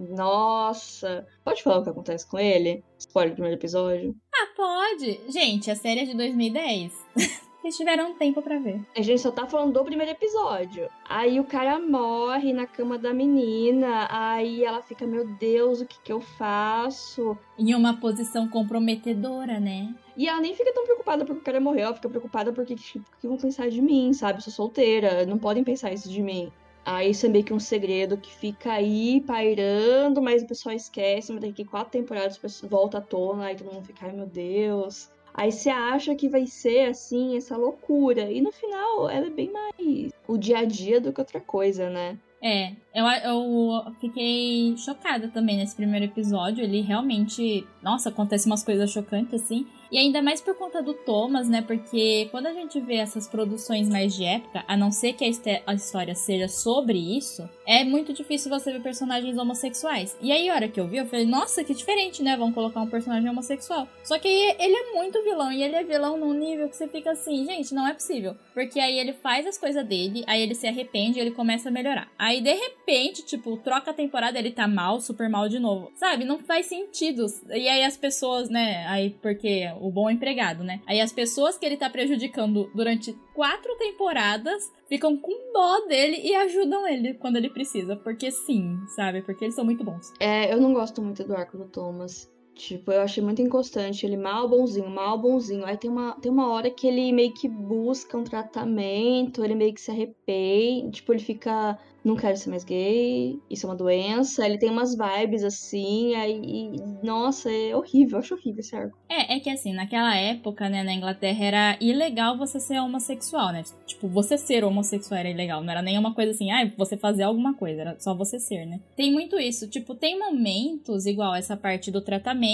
nossa. Pode falar o que acontece com ele? Spoiler do primeiro episódio. Ah, pode! Gente, a série é de dois mil e dez. Vocês tiveram tempo pra ver. A gente só tá falando do primeiro episódio. Aí o cara morre na cama da menina. Aí ela fica, meu Deus, o que que eu faço? Em uma posição comprometedora, né? E ela nem fica tão preocupada porque o cara morreu. Ela fica preocupada porque, tipo, o que vão pensar de mim, sabe? Eu sou solteira, não podem pensar isso de mim. Aí isso é meio que um segredo que fica aí pairando, mas o pessoal esquece. Mas daqui quatro temporadas o pessoal volta à tona. Aí todo mundo fica, ai meu Deus... Aí você acha que vai ser, assim, essa loucura. E no final, ela é bem mais o dia a dia do que outra coisa, né? É, eu, eu fiquei chocada também nesse primeiro episódio. Ele realmente... Nossa, acontece umas coisas chocantes, assim. E ainda mais por conta do Thomas, né? Porque quando a gente vê essas produções mais de época, a não ser que a, a história seja sobre isso, é muito difícil você ver personagens homossexuais. E aí, a hora que eu vi, eu falei, nossa, que diferente, né? Vamos colocar um personagem homossexual. Só que aí, ele é muito vilão. E ele é vilão num nível que você fica assim, gente, não é possível. Porque aí ele faz as coisas dele, aí ele se arrepende e ele começa a melhorar. Aí, de repente, tipo, troca a temporada, ele tá mal, super mal de novo. Sabe? Não faz sentido. E aí as pessoas, né? Aí, porque... o bom empregado, né? Aí as pessoas que ele tá prejudicando durante quatro temporadas ficam com dó dele e ajudam ele quando ele precisa. Porque sim, sabe? Porque eles são muito bons. É, eu não gosto muito do arco do Thomas. Tipo, eu achei muito inconstante. Ele mal bonzinho, mal bonzinho. Aí tem uma, tem uma hora que ele meio que busca um tratamento, ele meio que se arrepende. Tipo, ele fica... não quero ser mais gay, isso é uma doença. Ele tem umas vibes assim, aí... nossa, é horrível, eu acho horrível esse arco. É, é que assim, naquela época, né, na Inglaterra era ilegal você ser homossexual, né? Tipo, você ser homossexual era ilegal, não era nem uma coisa assim, ah, você fazer alguma coisa, era só você ser, né? Tem muito isso, tipo, tem momentos, igual essa parte do tratamento,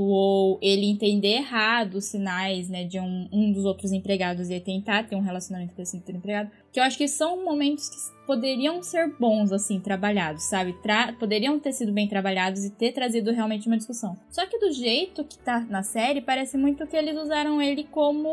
ou ele entender errado os sinais, né, de um, um dos outros empregados e tentar ter um relacionamento com esse outro empregado, que eu acho que são momentos que poderiam ser bons, assim, trabalhados, sabe? Tra- poderiam ter sido bem trabalhados e ter trazido realmente uma discussão. Só que do jeito que tá na série, parece muito que eles usaram ele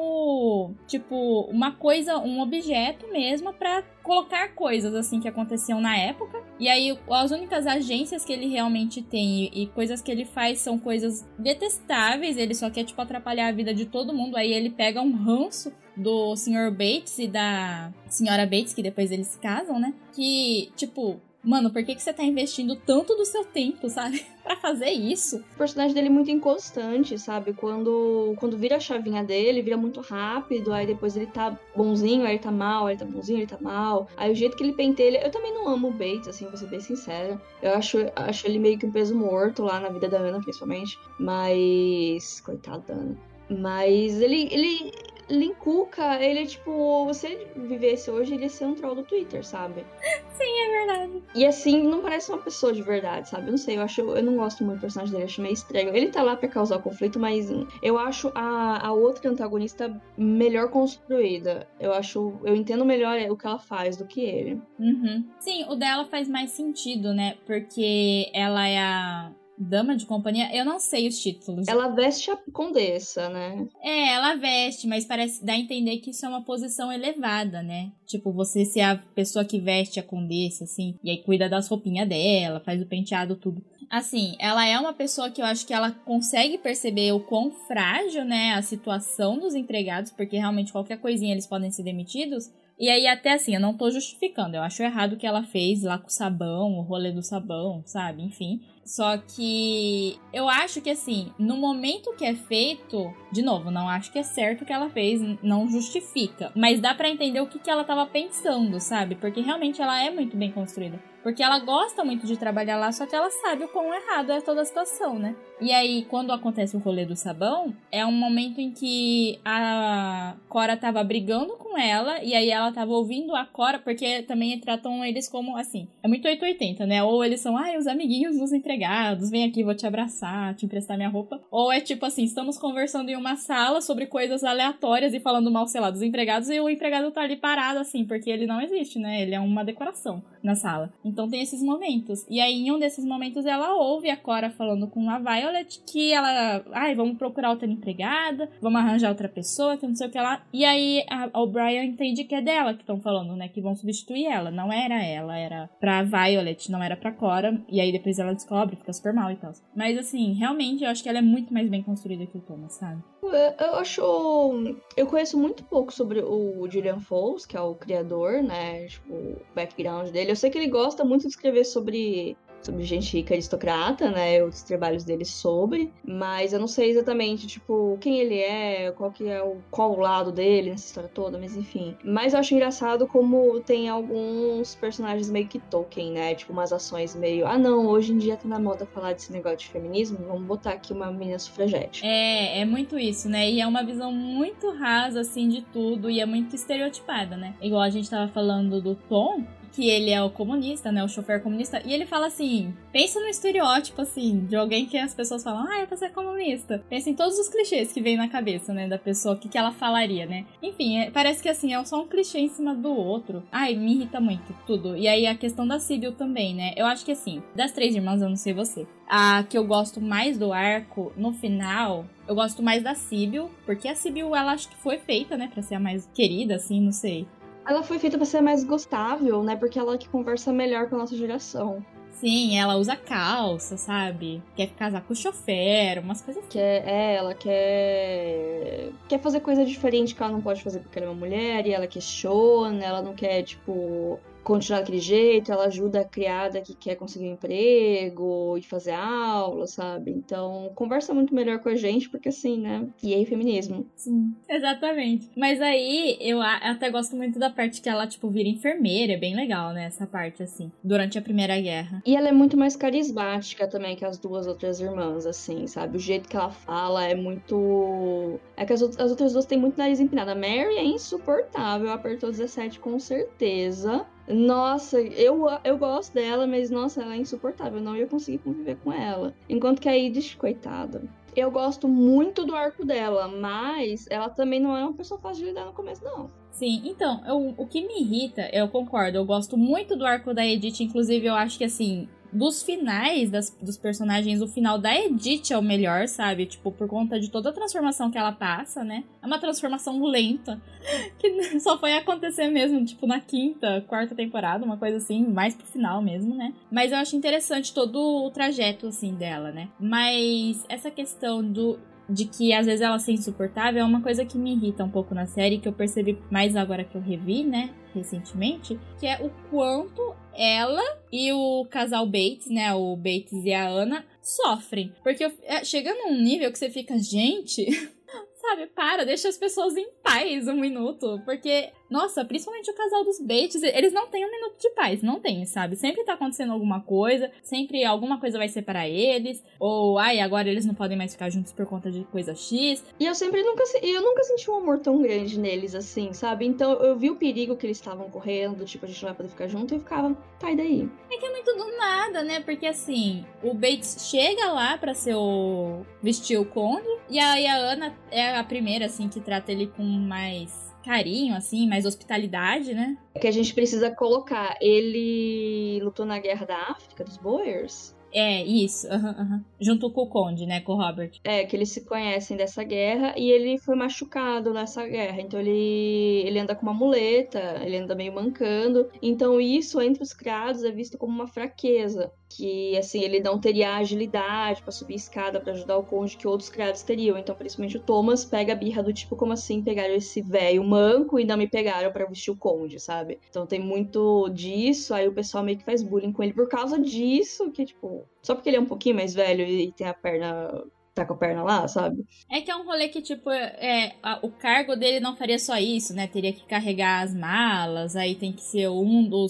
como, tipo, uma coisa, um objeto mesmo pra colocar coisas, assim, que aconteciam na época. E aí, as únicas agências que ele realmente tem e, e coisas que ele faz são coisas detestáveis. Ele só quer, tipo, atrapalhar a vida de todo mundo. Aí ele pega um ranço do senhor Bates e da senhora Bates, que depois eles se casam, né? Que, tipo, mano, por que, que você tá investindo tanto do seu tempo, sabe? Pra fazer isso? O personagem dele é muito inconstante, sabe? Quando, quando vira a chavinha dele, vira muito rápido, aí depois ele tá bonzinho, aí ele tá mal, aí ele tá bonzinho, aí ele tá mal. Aí o jeito que ele pentelha... Eu também não amo o Bates, assim, vou ser bem sincera. Eu acho, acho ele meio que um peso morto lá na vida da Ana, principalmente. Mas... coitado da Ana. Mas ele... ele... ele inculca, ele é tipo, se ele vivesse hoje, ele ia ser um troll do Twitter, sabe? Sim, é verdade. E assim, não parece uma pessoa de verdade, sabe? Eu não sei, eu acho, eu não gosto muito do personagem dele, eu acho meio estranho. Ele tá lá pra causar conflito, mas eu acho a, a outra antagonista melhor construída. Eu acho, eu entendo melhor o que ela faz do que ele. Uhum. Sim, o dela faz mais sentido, né? Porque ela é a dama de companhia, eu não sei os títulos. Ela veste a condessa, né? É, ela veste, mas parece dar a entender que isso é uma posição elevada, né? Tipo, você ser a pessoa que veste a condessa, assim, e aí cuida das roupinhas dela, faz o penteado, tudo. Assim, ela é uma pessoa que eu acho que ela consegue perceber o quão frágil, né, a situação dos empregados, porque realmente qualquer coisinha eles podem ser demitidos. E aí, até assim, eu não tô justificando, eu acho errado o que ela fez lá com o sabão, o rolê do sabão, sabe? Enfim. Só que eu acho que, assim, no momento que é feito, de novo, não acho que é certo o que ela fez, não justifica. Mas dá pra entender o que, que ela tava pensando, sabe? Porque realmente ela é muito bem construída. Porque ela gosta muito de trabalhar lá, só que ela sabe o quão errado é toda a situação, né? E aí, quando acontece o rolê do sabão, é um momento em que a Cora tava brigando com ela, e aí ela tava ouvindo a Cora, porque também tratam eles como, assim, é muito oitocentos e oitenta, né? Ou eles são, ai, os amiguinhos dos empregados, empregados, vem aqui, vou te abraçar, te emprestar minha roupa. Ou é tipo assim, estamos conversando em uma sala sobre coisas aleatórias e falando mal, sei lá, dos empregados, e o empregado tá ali parado, assim, porque ele não existe, né? Ele é uma decoração na sala. Então tem esses momentos. E aí, em um desses momentos, ela ouve a Cora falando com a Violet que ela, ai, vamos procurar outra empregada, vamos arranjar outra pessoa, que não sei o que lá. E aí, a O'Brien entende que é dela que estão falando, né? Que vão substituir ela. Não era ela, era pra Violet, não era pra Cora. E aí, depois ela descobre, fica super mal e tal. Mas, assim, realmente, eu acho que ela é muito mais bem construída que o Thomas, sabe? Eu acho... Eu conheço muito pouco sobre o Julian Fowles, que é o criador, né? Tipo, o background dele. Eu sei que ele gosta muito de escrever sobre... sobre gente rica aristocrata, né, os trabalhos dele sobre, mas eu não sei exatamente, tipo, quem ele é, qual que é o, qual o lado dele nessa história toda, mas enfim. Mas eu acho engraçado como tem alguns personagens meio que Tolkien, né, tipo umas ações meio, ah não, hoje em dia tá na moda falar desse negócio de feminismo, vamos botar aqui uma menina sufragete. É, é muito isso, né, e é uma visão muito rasa, assim, de tudo, e é muito estereotipada, né, igual a gente tava falando do Tom, que ele é o comunista, né, o chofer comunista, e ele fala assim, pensa no estereótipo, assim, de alguém que as pessoas falam, ah, é pra ser comunista. Pensa em todos os clichês que vem na cabeça, né, da pessoa, o que, que ela falaria, né. Enfim, é, parece que, assim, é só um clichê em cima do outro. Ai, me irrita muito, tudo. E aí a questão da Sibyl também, né, eu acho que, assim, das três irmãs, eu não sei você, a que eu gosto mais do arco, no final, eu gosto mais da Sibyl, porque a Sibyl, ela acho que foi feita, né, pra ser a mais querida, assim, não sei. Ela foi feita pra ser mais gostável, né? Porque ela é que conversa melhor com a nossa geração. Sim, ela usa calça, sabe? Quer casar com o chofer, umas coisas assim. Quer, é, ela quer... Quer fazer coisa diferente que ela não pode fazer porque ela é uma mulher. E ela questiona, ela não quer, tipo... continuar daquele jeito, ela ajuda a criada que quer conseguir um emprego e fazer aula, sabe? Então, conversa muito melhor com a gente, porque assim, né? E aí, feminismo. Sim, exatamente. Mas aí, eu até gosto muito da parte que ela, tipo, vira enfermeira, é bem legal, né? Essa parte, assim, durante a Primeira Guerra. E ela é muito mais carismática também que as duas outras irmãs, assim, sabe? O jeito que ela fala é muito... É que as, as outras duas têm muito nariz empinado. A Mary é insuportável, apertou dezessete com certeza. Nossa, eu, eu gosto dela, mas nossa, ela é insuportável, eu não ia conseguir conviver com ela. Enquanto que a Edith, coitada. Eu gosto muito do arco dela, mas ela também não é uma pessoa fácil de lidar no começo, não. Sim, então, eu, o que me irrita, eu concordo, eu gosto muito do arco da Edith, inclusive eu acho que, assim, dos finais das, dos personagens, o final da Edith é o melhor, sabe? Tipo, por conta de toda a transformação que ela passa, né? É uma transformação lenta, que só foi acontecer mesmo, tipo, na quinta, quarta temporada, uma coisa assim, mais pro final mesmo, né? Mas eu acho interessante todo o trajeto, assim, dela, né? Mas essa questão do... de que às vezes ela ser insuportável é uma coisa que me irrita um pouco na série, que eu percebi mais agora que eu revi, né, recentemente, que é o quanto ela e o casal Bates, né, o Bates e a Anna, sofrem. Porque eu, é, chega num nível que você fica, gente... Sabe, para, deixa as pessoas em paz um minuto, porque, nossa, principalmente o casal dos Bates, eles não têm um minuto de paz, não tem, sabe? Sempre tá acontecendo alguma coisa, sempre alguma coisa vai separar eles, ou, ai, agora eles não podem mais ficar juntos por conta de coisa X. E eu sempre nunca, eu nunca senti um amor tão grande neles, assim, sabe? Então eu vi o perigo que eles estavam correndo, tipo, a gente não vai poder ficar junto, e eu ficava, tá, e daí? É que é muito do nada, né? Porque, assim, o Bates chega lá pra ser o... vestir o conde, e aí a Anna é a primeira, assim, que trata ele com mais carinho, assim, mais hospitalidade, né? É que a gente precisa colocar, ele lutou na Guerra da África, dos Boers. É, isso, uhum, uhum. Junto com o Conde, né, com o Robert. É, que eles se conhecem dessa guerra e ele foi machucado nessa guerra, então ele, ele anda com uma muleta, ele anda meio mancando, então isso entre os criados é visto como uma fraqueza, que assim, ele não teria agilidade pra subir escada pra ajudar o Conde que outros criados teriam, então principalmente o Thomas pega a birra do tipo, como assim pegaram esse velho manco e não me pegaram pra vestir o Conde, sabe? Então tem muito disso, aí o pessoal meio que faz bullying com ele por causa disso, que tipo, só porque ele é um pouquinho mais velho e tem a perna, tá com a perna lá, sabe? É que é um rolê que, tipo, é, a, o cargo dele não faria só isso, né? Teria que carregar as malas, aí tem que ser um dos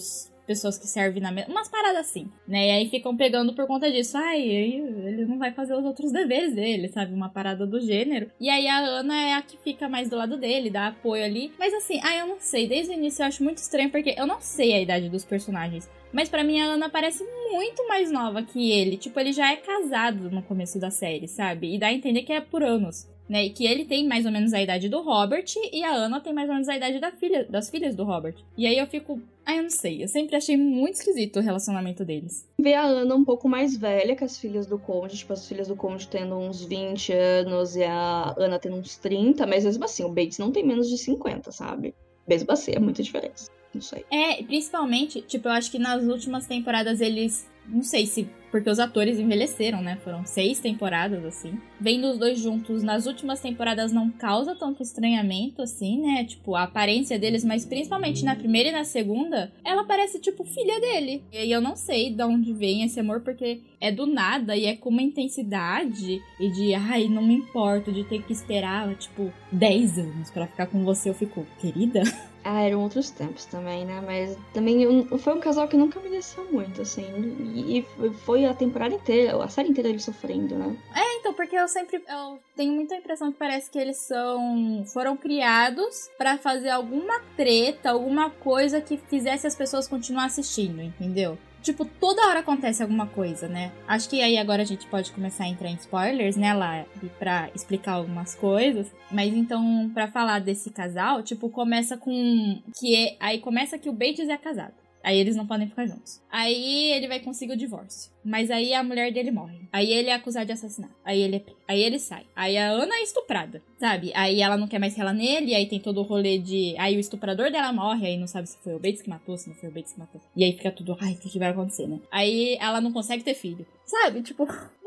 pessoas que servem na mesa, umas paradas assim, né? E aí ficam pegando por conta disso. Ai, ele não vai fazer os outros deveres dele, sabe? Uma parada do gênero. E aí a Ana é a que fica mais do lado dele, dá apoio ali. Mas assim, ai, eu não sei, desde o início eu acho muito estranho, porque eu não sei a idade dos personagens. Mas pra mim a Ana parece muito mais nova que ele. Tipo, ele já é casado no começo da série, sabe? E dá a entender que é por anos, né? E que ele tem mais ou menos a idade do Robert e a Ana tem mais ou menos a idade da filha, das filhas do Robert. E aí eu fico... Ah, eu não sei. Eu sempre achei muito esquisito o relacionamento deles. Ver a Ana um pouco mais velha que as filhas do Conde. Tipo, as filhas do Conde tendo uns vinte anos e a Ana tendo uns trinta. Mas mesmo assim, o Bates não tem menos de cinquenta, sabe? Mesmo assim, é muita diferença. Não sei. É, principalmente, tipo, eu acho que nas últimas temporadas eles... Não sei se... Porque os atores envelheceram, né? Foram seis temporadas, assim. Vendo os dois juntos nas últimas temporadas não causa tanto estranhamento, assim, né? Tipo, a aparência deles, mas principalmente na primeira e na segunda, ela parece, tipo, filha dele. E aí eu não sei de onde vem esse amor, porque é do nada e é com uma intensidade e de, ai, não me importo de ter que esperar, tipo, dez anos pra ficar com você. Eu fico, querida... Ah, eram outros tempos também, né? Mas também eu, foi um casal que nunca me desceu muito, assim. E, e foi a temporada inteira, a série inteira eles sofrendo, né? É, então, porque eu sempre... Eu tenho muita impressão que parece que eles são... Foram criados pra fazer alguma treta, alguma coisa que fizesse as pessoas continuar assistindo, entendeu? Tipo, toda hora acontece alguma coisa, né? Acho que aí agora a gente pode começar a entrar em spoilers, né, lá, pra explicar algumas coisas. Mas então, pra falar desse casal, tipo, começa com... que é, Aí começa que o Bates é casado. Aí eles não podem ficar juntos. Aí ele vai conseguir o divórcio. Mas aí a mulher dele morre. Aí ele é acusado de assassinato. Aí ele, é... aí ele sai. Aí a Ana é estuprada, sabe? Aí ela não quer mais relar nele. Aí tem todo o rolê de... Aí o estuprador dela morre. Aí não sabe se foi o Bates que matou, se não foi o Bates que matou. E aí fica tudo... Ai, o que, que vai acontecer, né? Aí ela não consegue ter filho. Sabe? Tipo...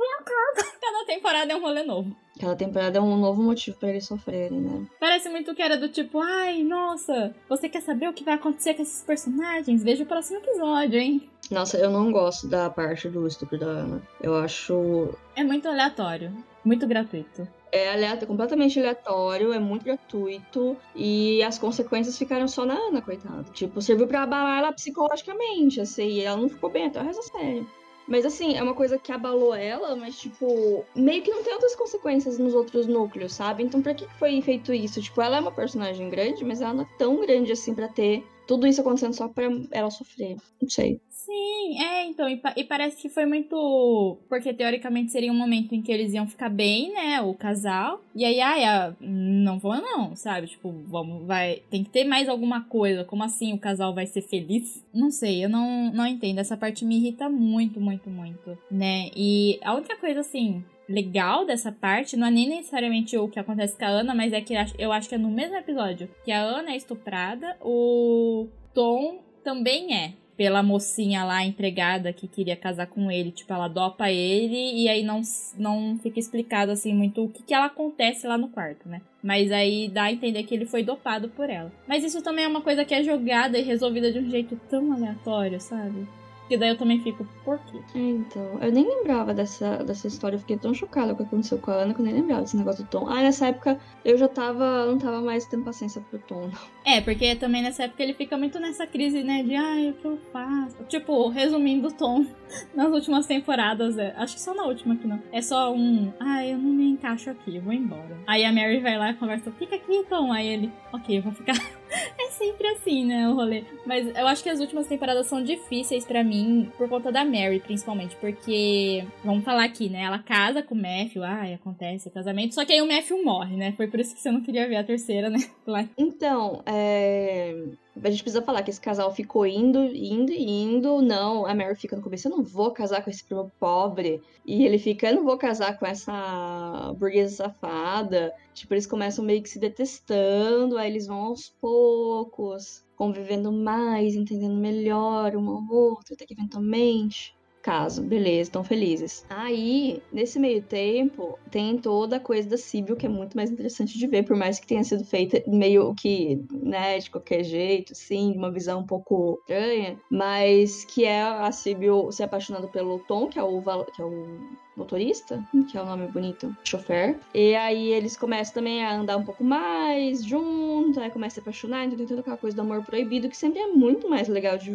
Cada temporada é um rolê novo. Cada temporada é um novo motivo pra eles sofrerem, né? Parece muito que era do tipo, ai, nossa, você quer saber o que vai acontecer com esses personagens? Veja o próximo episódio, hein? Nossa, eu não gosto da parte do estupro da Ana. Eu acho... É muito aleatório, muito gratuito. É aleatório, completamente aleatório, é muito gratuito. E as consequências ficaram só na Ana, coitada. Tipo, serviu pra abalar ela psicologicamente, assim, e ela não ficou bem até o resto da série. Mas assim, é uma coisa que abalou ela, mas tipo, meio que não tem outras consequências nos outros núcleos, sabe? Então por que foi feito isso? Tipo, ela é uma personagem grande, mas ela não é tão grande assim pra ter tudo isso acontecendo só pra ela sofrer. Não sei. Sim, é, então, e, pa- e parece que foi muito... Porque, teoricamente, seria um momento em que eles iam ficar bem, né, o casal. E aí, ai, a... não vou não, sabe? Tipo, vamos, vai... Tem que ter mais alguma coisa. Como assim o casal vai ser feliz? Não sei, eu não, não entendo. Essa parte me irrita muito, muito, muito, né? E a outra coisa, assim... legal dessa parte, não é nem necessariamente o que acontece com a Ana, mas é que eu acho que é no mesmo episódio que a Ana é estuprada, o Tom também é. Pela mocinha lá, empregada, que queria casar com ele. Tipo, ela dopa ele e aí não, não fica explicado, assim, muito o que, que ela acontece lá no quarto, né? Mas aí dá a entender que ele foi dopado por ela. Mas isso também é uma coisa que é jogada e resolvida de um jeito tão aleatório, sabe? Que daí eu também fico, por quê? É, então, eu nem lembrava dessa, dessa história, eu fiquei tão chocada com o que aconteceu com a Ana que eu nem lembrava desse negócio do Tom. Ah, nessa época eu já tava, não tava mais tendo paciência pro Tom, não. É, porque também nessa época ele fica muito nessa crise, né, de ai, o que eu faço? Tipo, resumindo o Tom nas últimas temporadas, é, acho que só na última aqui não. É só um, ai, eu não me encaixo aqui, eu vou embora. Aí a Mary vai lá e conversa, fica aqui, Tom. Aí ele, ok, eu vou ficar. É sempre assim, né, o rolê. Mas eu acho que as últimas temporadas são difíceis pra mim, por conta da Mary, principalmente. Porque, vamos falar aqui, né, ela casa com o Matthew, ai, acontece o casamento. Só que aí o Matthew morre, né, foi por isso que você não queria ver a terceira, né. Então, é... a gente precisa falar que esse casal ficou indo, indo e indo. Não, a Mary fica no começo, eu não vou casar com esse primo pobre. E ele fica, eu não vou casar com essa burguesa safada. Tipo, eles começam meio que se detestando, aí eles vão aos poucos, convivendo mais, entendendo melhor um ao outro, até que eventualmente... caso, beleza, estão felizes. Aí, nesse meio tempo, tem toda a coisa da Síbil, que é muito mais interessante de ver, por mais que tenha sido feita meio que, né, de qualquer jeito, sim, de uma visão um pouco estranha, mas que é a Síbil se apaixonando pelo Tom, que é o, que é o motorista, que é o nome bonito, chofer. E aí eles começam também a andar um pouco mais junto, aí começam a se apaixonar, então tem toda aquela coisa do amor proibido, que sempre é muito mais legal de ver.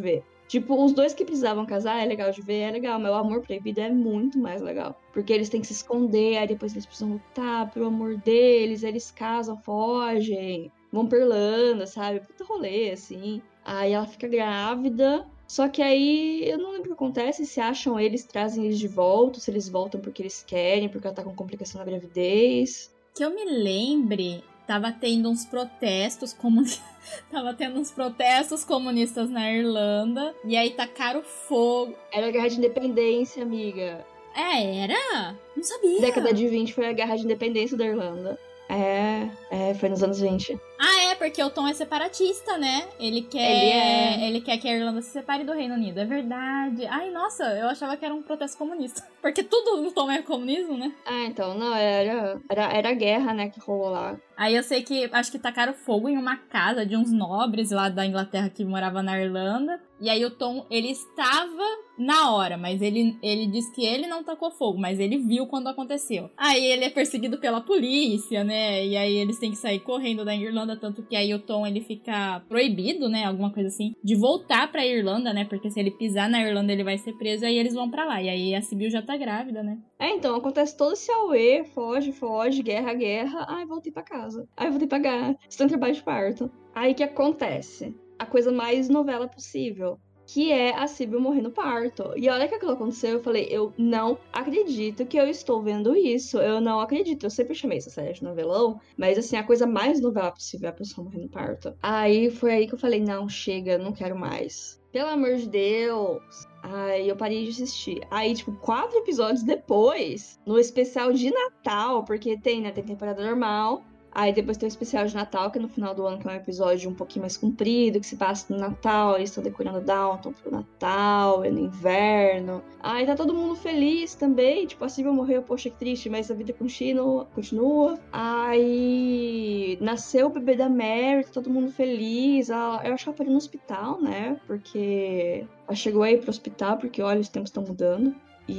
Tipo, os dois que precisavam casar é legal de ver, é legal, mas o amor proibido é muito mais legal. Porque eles têm que se esconder, aí depois eles precisam lutar pelo amor deles, aí eles casam, fogem, vão pra Irlanda, sabe? Puta rolê, assim. Aí ela fica grávida. Só que aí, eu não lembro o que acontece, se acham eles, trazem eles de volta, se eles voltam porque eles querem, porque ela tá com complicação na gravidez. Que eu me lembre, tava tendo uns protestos comunistas. Tava tendo uns protestos comunistas na Irlanda. E aí tacaram fogo. Era a Guerra de Independência, amiga. É, era? Não sabia. Década de vinte foi a Guerra de Independência da Irlanda. É, é, foi nos anos vinte. Ah, é, porque o Tom é separatista, né? Ele quer, Ele é... ele quer que a Irlanda se separe do Reino Unido, é verdade. Ai, nossa, eu achava que era um protesto comunista. Porque tudo no Tom é comunismo, né? Ah, então, não, era, era, era a guerra, né, que rolou lá. Aí eu sei que, acho que tacaram fogo em uma casa de uns nobres lá da Inglaterra que morava na Irlanda. E aí o Tom, ele estava na hora, mas ele, ele disse que ele não tacou fogo, mas ele viu quando aconteceu. Aí ele é perseguido pela polícia, né? E aí eles têm que sair correndo da Irlanda, tanto que aí o Tom, ele fica proibido, né? Alguma coisa assim, de voltar pra Irlanda, né? Porque se ele pisar na Irlanda, ele vai ser preso, aí eles vão pra lá. E aí a Sibyl já tá grávida, né? É, então, acontece todo esse auê, foge, foge, guerra, guerra. Ai, voltei pra casa. Ai, voltei pra cá. Estou em trabalho de parto. Aí, o que acontece? A coisa mais novela possível, que é a Sibyl morrer no parto. E olha que aquilo aconteceu, eu falei, eu não acredito que eu estou vendo isso. Eu não acredito. Eu sempre chamei essa série de novelão, mas assim, a coisa mais novela possível é a pessoa morrer no parto. Aí, foi aí que eu falei, não, chega, não quero mais. Pelo amor de Deus. Aí eu parei de assistir. Aí, tipo, quatro episódios depois, no especial de Natal, porque tem, né? Tem temporada normal. Aí depois tem o especial de Natal, que é no final do ano, que é um episódio um pouquinho mais comprido, que se passa no Natal, eles estão decorando Downton pro Natal, é no inverno. Aí tá todo mundo feliz também, tipo, a Sibyl morreu, poxa, que triste, mas a vida continua. continua. Aí nasceu o bebê da Mary, tá todo mundo feliz. Ela, eu acho que ela pariu no hospital, né? Porque ela chegou aí pro hospital, porque olha, os tempos estão mudando.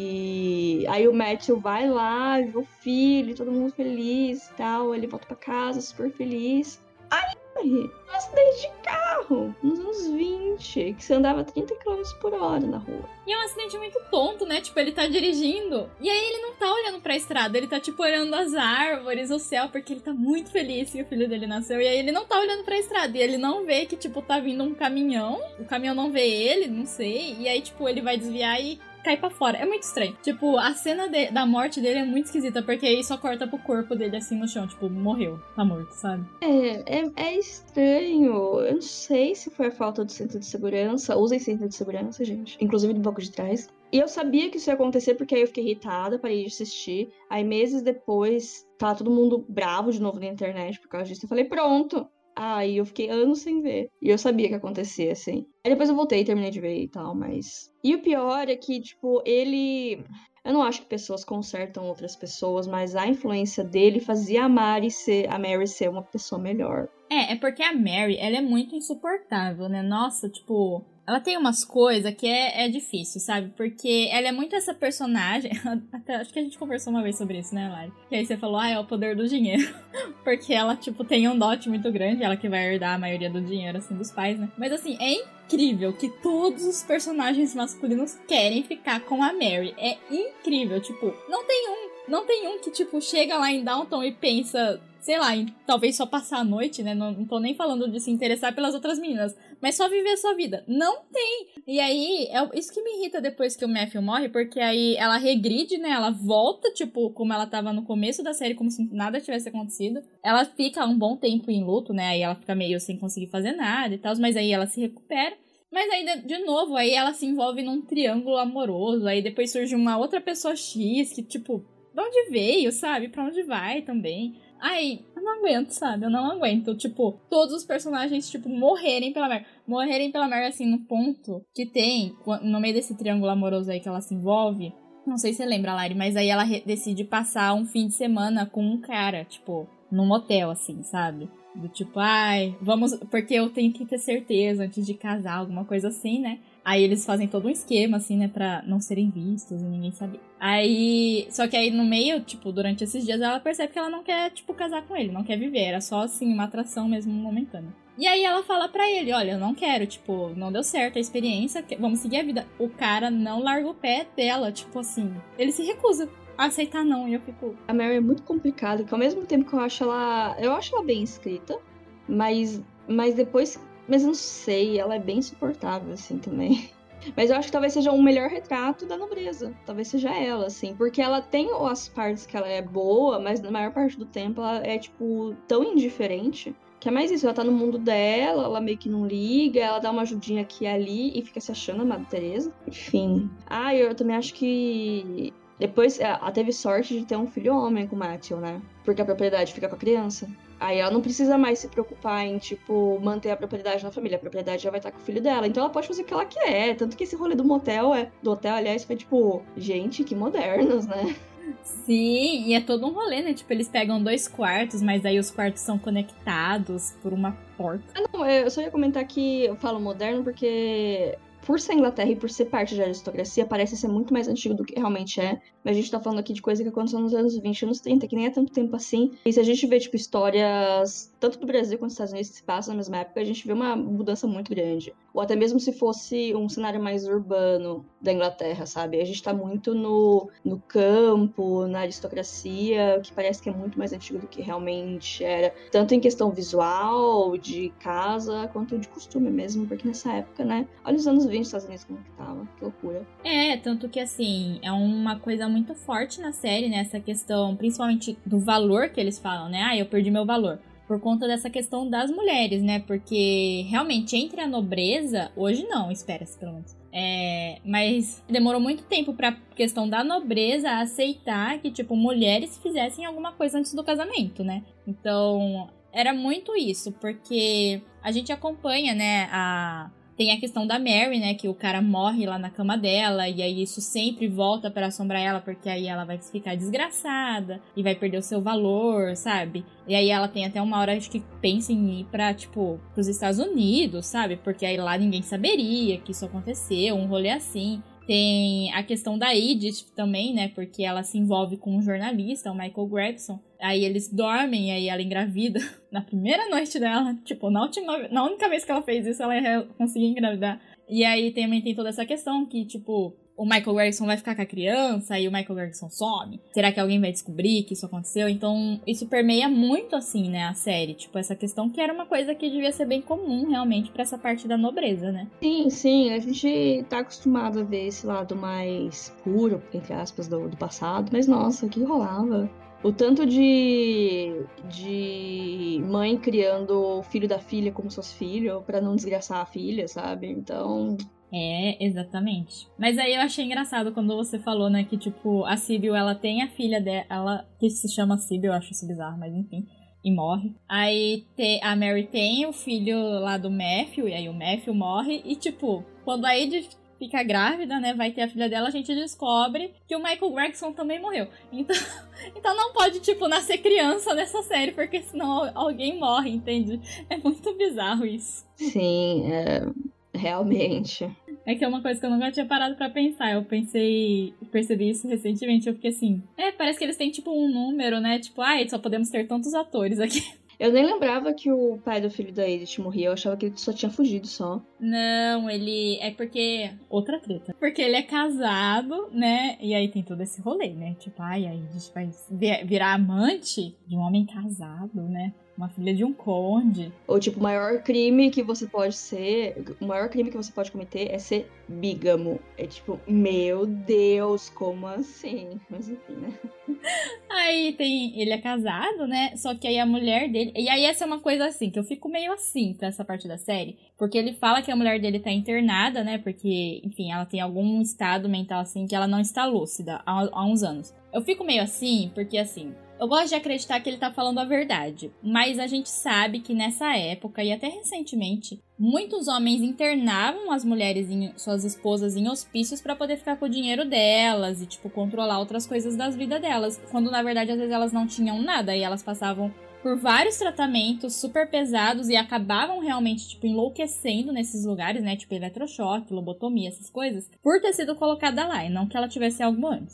E aí o Matthew vai lá, vê o filho, todo mundo feliz e tal. Ele volta pra casa, super feliz. Aí, um acidente de carro, nos anos vinte, que você andava trinta quilômetros por hora na rua. E é um acidente muito tonto, né? Tipo, ele tá dirigindo, e aí ele não tá olhando pra estrada, ele tá, tipo, olhando as árvores, o céu, porque ele tá muito feliz que o filho dele nasceu. E aí ele não tá olhando pra estrada, e ele não vê que, tipo, tá vindo um caminhão, o caminhão não vê ele, não sei, e aí, tipo, ele vai desviar e cai pra fora. É muito estranho. Tipo, a cena de, da morte dele é muito esquisita, porque aí só corta pro corpo dele assim no chão. Tipo, morreu. Tá morto, sabe? É, é, é estranho. Eu não sei se foi a falta do cinto de segurança. Usem cinto de segurança, gente. Inclusive do banco de trás. E eu sabia que isso ia acontecer porque aí eu fiquei irritada, parei de assistir. Aí meses depois, tá todo mundo bravo de novo na internet por causa disso. Eu falei, pronto. Aí eu fiquei anos sem ver. E eu sabia que ia acontecer, assim. Aí depois eu voltei e terminei de ver e tal, mas... E o pior é que, tipo, ele... Eu não acho que pessoas consertam outras pessoas, mas a influência dele fazia a Mary ser, a Mary ser uma pessoa melhor. É, é porque a Mary, ela é muito insuportável, né? Nossa, tipo... Ela tem umas coisas que é, é difícil, sabe? Porque ela é muito essa personagem... Até, acho que a gente conversou uma vez sobre isso, né, Lari? Que aí você falou, ah, é o poder do dinheiro. Porque ela, tipo, tem um dote muito grande. Ela que vai herdar a maioria do dinheiro, assim, dos pais, né? Mas, assim, é incrível que todos os personagens masculinos querem ficar com a Mary. É incrível, tipo... Não tem um... Não tem um que, tipo, chega lá em Downton e pensa... Sei lá, em, talvez só passar a noite, né? Não, não tô nem falando de se interessar pelas outras meninas. Mas só viver a sua vida. Não tem! E aí, é isso que me irrita depois que o Matthew morre, porque aí ela regride, né? Ela volta, tipo, como ela tava no começo da série, como se nada tivesse acontecido. Ela fica um bom tempo em luto, né? Aí ela fica meio sem conseguir fazer nada e tal, mas aí ela se recupera. Mas aí, de novo, aí ela se envolve num triângulo amoroso. Aí depois surge uma outra pessoa X que, tipo, de onde veio, sabe? Pra onde vai também. Ai, eu não aguento, sabe? Eu não aguento, tipo, todos os personagens, tipo, morrerem pela Mary. Morrerem pela Mary, assim, no ponto que tem, no meio desse triângulo amoroso aí que ela se envolve. Não sei se você lembra, Lari, mas aí ela decide passar um fim de semana com um cara, tipo, num motel, assim, sabe? Do tipo, ai, vamos... Porque eu tenho que ter certeza antes de casar, alguma coisa assim, né? Aí eles fazem todo um esquema, assim, né, pra não serem vistos e ninguém saber. Aí, só que aí no meio, tipo, durante esses dias ela percebe que ela não quer, tipo, casar com ele, não quer viver. Era só, assim, uma atração mesmo momentânea. E aí ela fala pra ele, olha, eu não quero, tipo, não deu certo a experiência, vamos seguir a vida. O cara não larga o pé dela, tipo assim, ele se recusa a aceitar não, e eu fico... A Mary é muito complicada, que ao mesmo tempo que eu acho ela... Eu acho ela bem escrita, mas, mas depois... Mas eu não sei, ela é bem insuportável, assim, também. Mas eu acho que talvez seja um melhor retrato da nobreza. Talvez seja ela, assim. Porque ela tem as partes que ela é boa, mas na maior parte do tempo ela é, tipo, tão indiferente. Que é mais isso, ela tá no mundo dela, ela meio que não liga, ela dá uma ajudinha aqui e ali e fica se achando a Madre Teresa. Enfim. Ah, eu também acho que... Depois, ela teve sorte de ter um filho homem com o Matthew, né? Porque a propriedade fica com a criança. Aí ela não precisa mais se preocupar em, tipo, manter a propriedade na família. A propriedade já vai estar com o filho dela. Então ela pode fazer o que ela quer. Tanto que esse rolê do motel, é, do hotel, aliás, foi tipo... Gente, que modernos, né? Sim, e é todo um rolê, né? Tipo, eles pegam dois quartos, mas aí os quartos são conectados por uma porta. Ah, não, eu só ia comentar que eu falo moderno porque... Por ser Inglaterra e por ser parte da aristocracia, parece ser muito mais antigo do que realmente é. Mas a gente tá falando aqui de coisa que aconteceu nos anos vinte, anos trinta, que nem é tanto tempo assim. E se a gente vê, tipo, histórias tanto do Brasil quanto dos Estados Unidos que se passam na mesma época, a gente vê uma mudança muito grande. Ou até mesmo se fosse um cenário mais urbano da Inglaterra, sabe? A gente tá muito no, no campo, na aristocracia, que parece que é muito mais antigo do que realmente era. Tanto em questão visual, de casa, quanto de costume mesmo. Porque nessa época, né? Olha os anos vinte nos Estados Unidos como que tava. Que loucura. É, tanto que assim, é uma coisa muito forte na série, né? Essa questão, principalmente do valor que eles falam, né? Ah, eu perdi meu valor. Por conta dessa questão das mulheres, né? Porque realmente entre a nobreza, hoje não, espera-se pelo menos. É, mas demorou muito tempo pra questão da nobreza aceitar que, tipo, mulheres fizessem alguma coisa antes do casamento, né? Então, era muito isso, porque a gente acompanha, né, a... Tem a questão da Mary, né, que o cara morre lá na cama dela, e aí isso sempre volta pra assombrar ela, porque aí ela vai ficar desgraçada, e vai perder o seu valor, sabe? E aí ela tem até uma hora, acho que pensa em ir pra, tipo, pros Estados Unidos, sabe? Porque aí lá ninguém saberia que isso aconteceu, um rolê assim. Tem a questão da Edith também, né? Porque ela se envolve com um jornalista, o Michael Gregson. Aí eles dormem, aí ela engravida na primeira noite dela. Tipo, na, última, na única vez que ela fez isso, ela conseguiu engravidar. E aí também tem toda essa questão que, tipo... O Michael Gregson vai ficar com a criança e o Michael Gregson some? Será que alguém vai descobrir que isso aconteceu? Então, isso permeia muito, assim, né, a série. Tipo, essa questão que era uma coisa que devia ser bem comum, realmente, pra essa parte da nobreza, né? Sim, sim. A gente tá acostumado a ver esse lado mais puro, entre aspas, do, do passado. Mas, nossa, o que rolava? O tanto de, de mãe criando o filho da filha como se fosse filho, pra não desgraçar a filha, sabe? Então... É, exatamente. Mas aí eu achei engraçado quando você falou, né, que, tipo, a Sybil, ela tem a filha dela, que se chama Sybil, eu acho isso bizarro, mas enfim, e morre. Aí te, a Mary tem o filho lá do Matthew, e aí o Matthew morre, e, tipo, quando a Edith fica grávida, né, vai ter a filha dela, a gente descobre que o Michael Gregson também morreu. Então, então não pode, tipo, nascer criança nessa série, porque senão alguém morre, entende? É muito bizarro isso. Sim, é... Realmente. É que é uma coisa que eu nunca tinha parado pra pensar. Eu pensei, percebi isso recentemente. Eu fiquei assim, é, parece que eles têm tipo um número, né? Tipo, ah, só podemos ter tantos atores aqui. Eu nem lembrava que o pai do filho da Edith morria. Eu achava que ele só tinha fugido só. Não, ele... É porque... Outra treta. Porque ele é casado, né? E aí tem todo esse rolê, né? Tipo, ai, aí a gente vai virar amante de um homem casado, né? Uma filha de um conde. Ou tipo, o maior crime que você pode ser... O maior crime que você pode cometer é ser bígamo. É tipo, meu Deus, como assim? Mas enfim, né? Aí tem... Ele é casado, né? Só que aí a mulher dele... E aí essa é uma coisa assim, que eu fico meio assim com essa parte da série. Porque ele fala que a mulher dele tá internada, né? Porque, enfim, ela tem algum estado mental assim que ela não está lúcida há, há uns anos. Eu fico meio assim, porque assim... Eu gosto de acreditar que ele tá falando a verdade, mas a gente sabe que nessa época, e até recentemente, muitos homens internavam as mulheres, em, suas esposas, em hospícios pra poder ficar com o dinheiro delas e, tipo, controlar outras coisas das vidas delas. Quando, na verdade, às vezes elas não tinham nada e elas passavam por vários tratamentos super pesados e acabavam realmente, tipo, enlouquecendo nesses lugares, né? Tipo, eletrochoque, lobotomia, essas coisas, por ter sido colocada lá, e não que ela tivesse algo antes, né?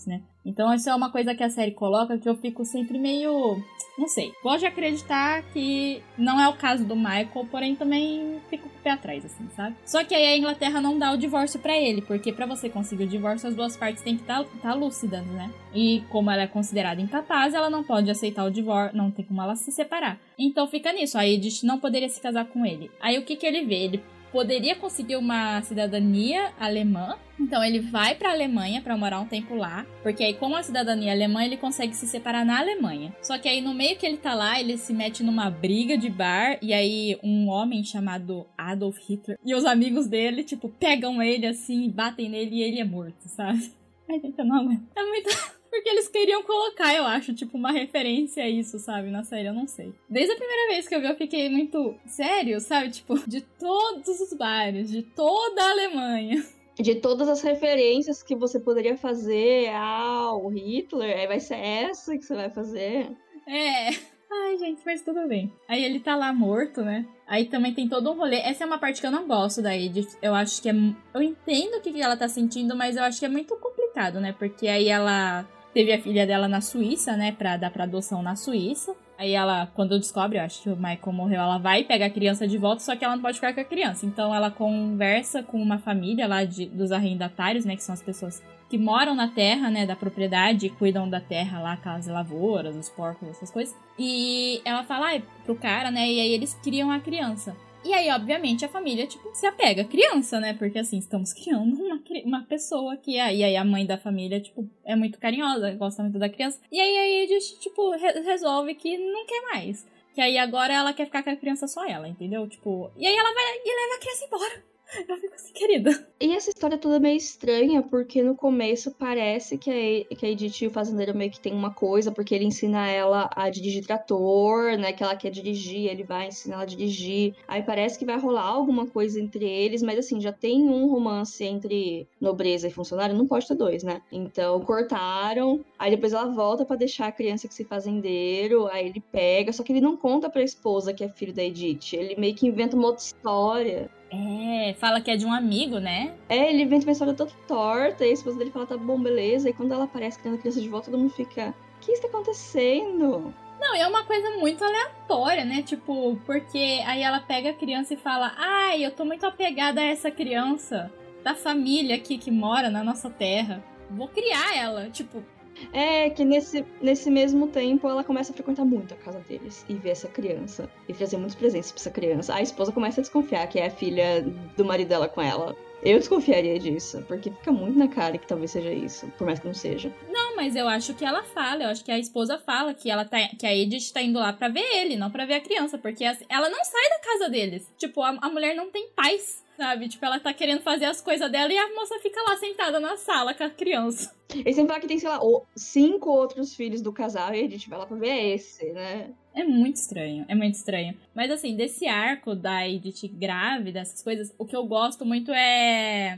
Então isso é uma coisa que a série coloca que eu fico sempre meio... Não sei. Gosto de acreditar que não é o caso do Michael, porém também fico com o pé atrás, assim, sabe? Só que aí a Inglaterra não dá o divórcio pra ele, porque pra você conseguir o divórcio, as duas partes têm que estar tá, tá lúcidas, né? E como ela é considerada incapaz, ela não pode aceitar o divórcio, não tem como ela se separar. Então fica nisso, a Edith não poderia se casar com ele. Aí o que que ele vê? Ele poderia conseguir uma cidadania alemã, então ele vai pra Alemanha pra morar um tempo lá, porque aí com a cidadania alemã ele consegue se separar na Alemanha. Só que aí no meio que ele tá lá, ele se mete numa briga de bar, e aí um homem chamado Adolf Hitler e os amigos dele, tipo, pegam ele assim, batem nele e ele é morto, sabe? Ai, gente, eu não aguento. É muito... Porque eles queriam colocar, eu acho, tipo, uma referência a isso, sabe? Na série, eu não sei. Desde a primeira vez que eu vi, eu fiquei muito... Sério, sabe? Tipo, de todos os bares, de toda a Alemanha. De todas as referências que você poderia fazer ao Hitler, aí vai ser essa que você vai fazer? É... Ai, gente, mas tudo bem. Aí ele tá lá morto, né? Aí também tem todo um rolê. Essa é uma parte que eu não gosto da Edith. Eu acho que é... Eu entendo o que ela tá sentindo, mas eu acho que é muito complicado, né? Porque aí ela... Teve a filha dela na Suíça, né, pra dar pra adoção na Suíça. Aí ela, quando descobre, eu acho que o Michael morreu, ela vai pegar a criança de volta, só que ela não pode ficar com a criança. Então ela conversa com uma família lá de, dos arrendatários, né, que são as pessoas que moram na terra, né, da propriedade e cuidam da terra lá, aquelas lavouras, os porcos, essas coisas. E ela fala, ai, pro cara, né, e aí eles criam a criança. E aí, obviamente, a família, tipo, se apega à criança, né? Porque, assim, estamos criando uma, uma pessoa que... E aí a mãe da família, tipo, é muito carinhosa, gosta muito da criança. E aí a Edith, tipo, re- resolve que não quer mais. Que aí agora ela quer ficar com a criança só ela, entendeu? Tipo... E aí ela vai e leva a criança embora. Eu fico assim, querida. E essa história toda é meio estranha, porque no começo parece que a, que a Edith e o fazendeiro meio que tem uma coisa, porque ele ensina ela a dirigir trator, né? Que ela quer dirigir, ele vai ensinar ela a dirigir. Aí parece que vai rolar alguma coisa entre eles, mas assim, já tem um romance entre nobreza e funcionário, não pode ter dois, né? Então cortaram, aí depois ela volta pra deixar a criança com esse fazendeiro, aí ele pega, só que ele não conta pra esposa que é filho da Edith, ele meio que inventa uma outra história. É, fala que é de um amigo, né? É, ele inventa uma história toda torta, e a esposa dele fala, tá bom, beleza. E quando ela aparece criando a criança de volta, todo mundo fica, o que está acontecendo? Não, e é uma coisa muito aleatória, né? Tipo, porque aí ela pega a criança e fala, ai, eu tô muito apegada a essa criança da família aqui que mora na nossa terra. Vou criar ela. Tipo... É, que nesse, nesse mesmo tempo ela começa a frequentar muito a casa deles e ver essa criança. E trazer muitos presentes pra essa criança. A esposa começa a desconfiar que é a filha do marido dela com ela. Eu desconfiaria disso, porque fica muito na cara que talvez seja isso, por mais que não seja. Não, mas eu acho que ela fala, eu acho que a esposa fala que, ela tá, que a Edith tá indo lá pra ver ele, não pra ver a criança, porque ela não sai da casa deles. Tipo, a, a mulher não tem paz, sabe? Tipo, ela tá querendo fazer as coisas dela e a moça fica lá sentada na sala com a criança. Eles sempre falam que tem, sei lá, cinco outros filhos do casal e a gente vai lá pra ver esse, né? É muito estranho, é muito estranho. Mas assim, desse arco da Edith grávida, essas coisas, o que eu gosto muito é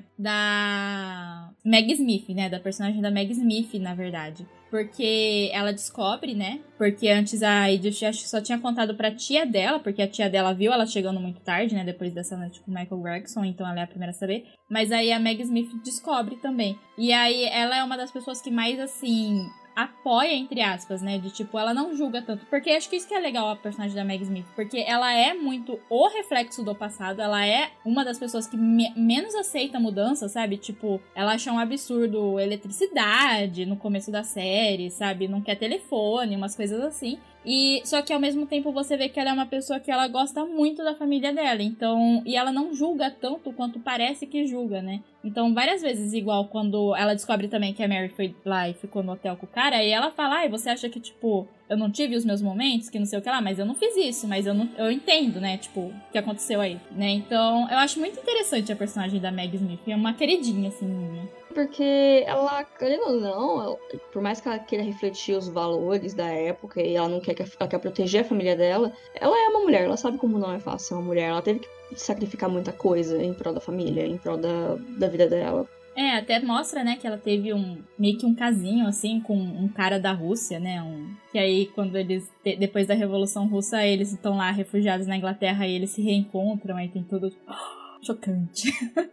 da Meg Smith, né? Da personagem da Meg Smith, na verdade. Porque ela descobre, né? Porque antes a Edith acho que só tinha contado pra tia dela, porque a tia dela viu ela chegando muito tarde, né? Depois dessa noite com o Michael Gregson, então ela é a primeira a saber. Mas aí a Meg Smith descobre também. E aí ela é uma das pessoas que mais, assim... apoia, entre aspas, né, de tipo, ela não julga tanto, porque acho que isso que é legal a personagem da Meg Smith, porque ela é muito o reflexo do passado, ela é uma das pessoas que me menos aceita mudança, sabe, tipo, ela acha um absurdo eletricidade no começo da série, sabe, não quer telefone, umas coisas assim. E só que ao mesmo tempo você vê que ela é uma pessoa que ela gosta muito da família dela, então, e ela não julga tanto quanto parece que julga, né? Então, várias vezes, igual quando ela descobre também que a Mary foi lá e ficou no hotel com o cara, aí ela fala, ai, você acha que, tipo, eu não tive os meus momentos, que não sei o que lá, mas eu não fiz isso, mas eu, não, eu entendo, né, tipo, o que aconteceu aí, né? Então, eu acho muito interessante a personagem da Meg Smith, é uma queridinha, assim, minha. Porque ela, querendo ou não, ela, por mais que ela queira refletir os valores da época e ela não quer, ela quer proteger a família dela, ela é uma mulher, ela sabe como não é fácil ser uma mulher, ela teve que sacrificar muita coisa em prol da família, em prol da, da vida dela. É, até mostra, né, que ela teve um meio que um casinho, assim, com um cara da Rússia, né, um... Que aí, quando eles, depois da Revolução Russa, eles estão lá refugiados na Inglaterra e eles se reencontram, aí tem tudo... chocante.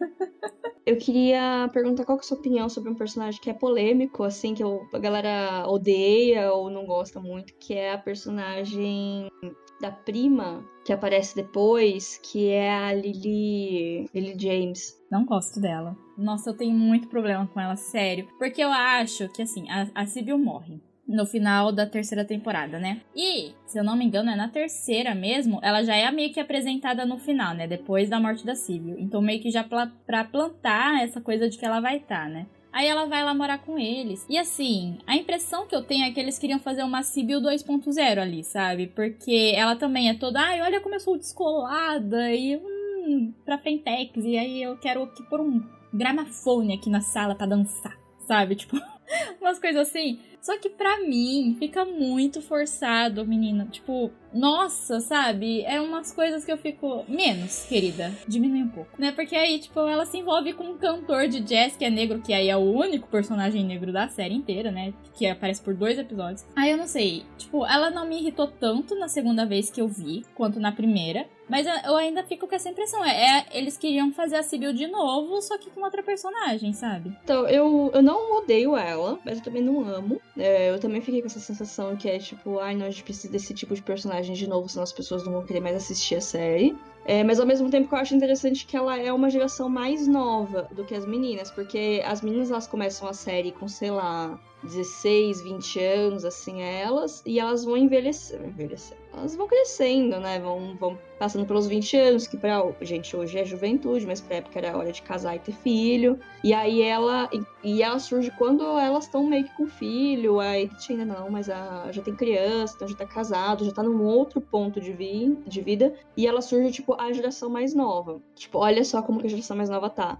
Eu queria perguntar qual que é a sua opinião sobre um personagem que é polêmico, assim, que a galera odeia ou não gosta muito, que é a personagem da prima, que aparece depois, que é a Lily, Lily James. Não gosto dela. Nossa, eu tenho muito problema com ela, sério. Porque eu acho que, assim, a, a Sybil morre no final da terceira temporada, né? E, se eu não me engano, é na terceira mesmo, ela já é meio que apresentada no final, né? Depois da morte da Sybil. Então, meio que já pra, pra plantar essa coisa de que ela vai estar, né? Aí ela vai lá morar com eles. E assim, a impressão que eu tenho é que eles queriam fazer uma Sybil dois ponto zero ali, sabe? Porque ela também é toda, ai, olha como eu sou descolada e hum, pra Fentex. E aí eu quero aqui pôr um gramafone aqui na sala pra dançar, sabe? Tipo, umas coisas assim. Só que pra mim fica muito forçado, menina. Tipo, nossa, sabe? É umas coisas que eu fico... Menos, querida. Diminui um pouco. Né? Porque aí, tipo, ela se envolve com um cantor de jazz que é negro, que aí é o único personagem negro da série inteira, né? Que aparece por dois episódios. Aí eu não sei. Tipo, ela não me irritou tanto na segunda vez que eu vi, quanto na primeira. Mas eu ainda fico com essa impressão. É, é, eles queriam fazer a Sybil de novo, só que com outra personagem, sabe? Então, eu, eu não odeio ela, mas eu também não amo. É, eu também fiquei com essa sensação que é tipo, ai, não, a gente precisa desse tipo de personagem de novo, senão as pessoas não vão querer mais assistir a série. É, mas ao mesmo tempo que eu acho interessante que ela é uma geração mais nova do que as meninas, porque as meninas elas começam a série com, sei lá, dezesseis, vinte anos, assim, elas, e elas vão envelhecendo, envelhecendo. Elas vão crescendo, né? Vão, vão passando pelos vinte anos, que pra gente hoje é juventude, mas pra época era hora de casar e ter filho. E aí ela. E ela surge quando elas estão meio que com filho, aí ainda não, mas a, já tem criança, então já tá casado, já tá num outro ponto de, vi, de vida. E ela surge, tipo, a geração mais nova. Tipo, olha só como que a geração mais nova tá.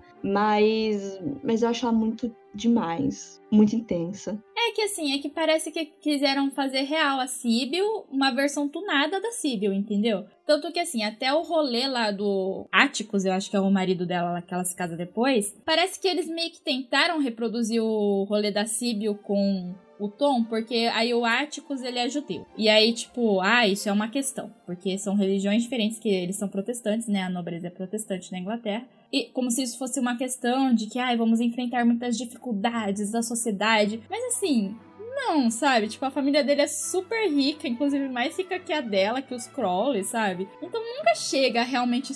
Mas. Mas eu acho ela muito demais. Muito intensa. É que assim, é que parece que quiseram fazer real a Sybil, uma versão tunada da Sybil, entendeu? Tanto que assim, até o rolê lá do Atticus, eu acho que é o marido dela lá que ela se casa depois, parece que eles meio que tentaram reproduzir o rolê da Sybil com o Tom, porque aí o Atticus, ele é judeu. E aí, tipo, ah, isso é uma questão, porque são religiões diferentes, que eles são protestantes, né? A nobreza é protestante na Inglaterra. E como se isso fosse uma questão de que, ai, vamos enfrentar muitas dificuldades da sociedade. Mas assim, não, sabe? Tipo, a família dele é super rica, inclusive mais rica que a dela, que os Crowley, sabe? Então nunca chega a realmente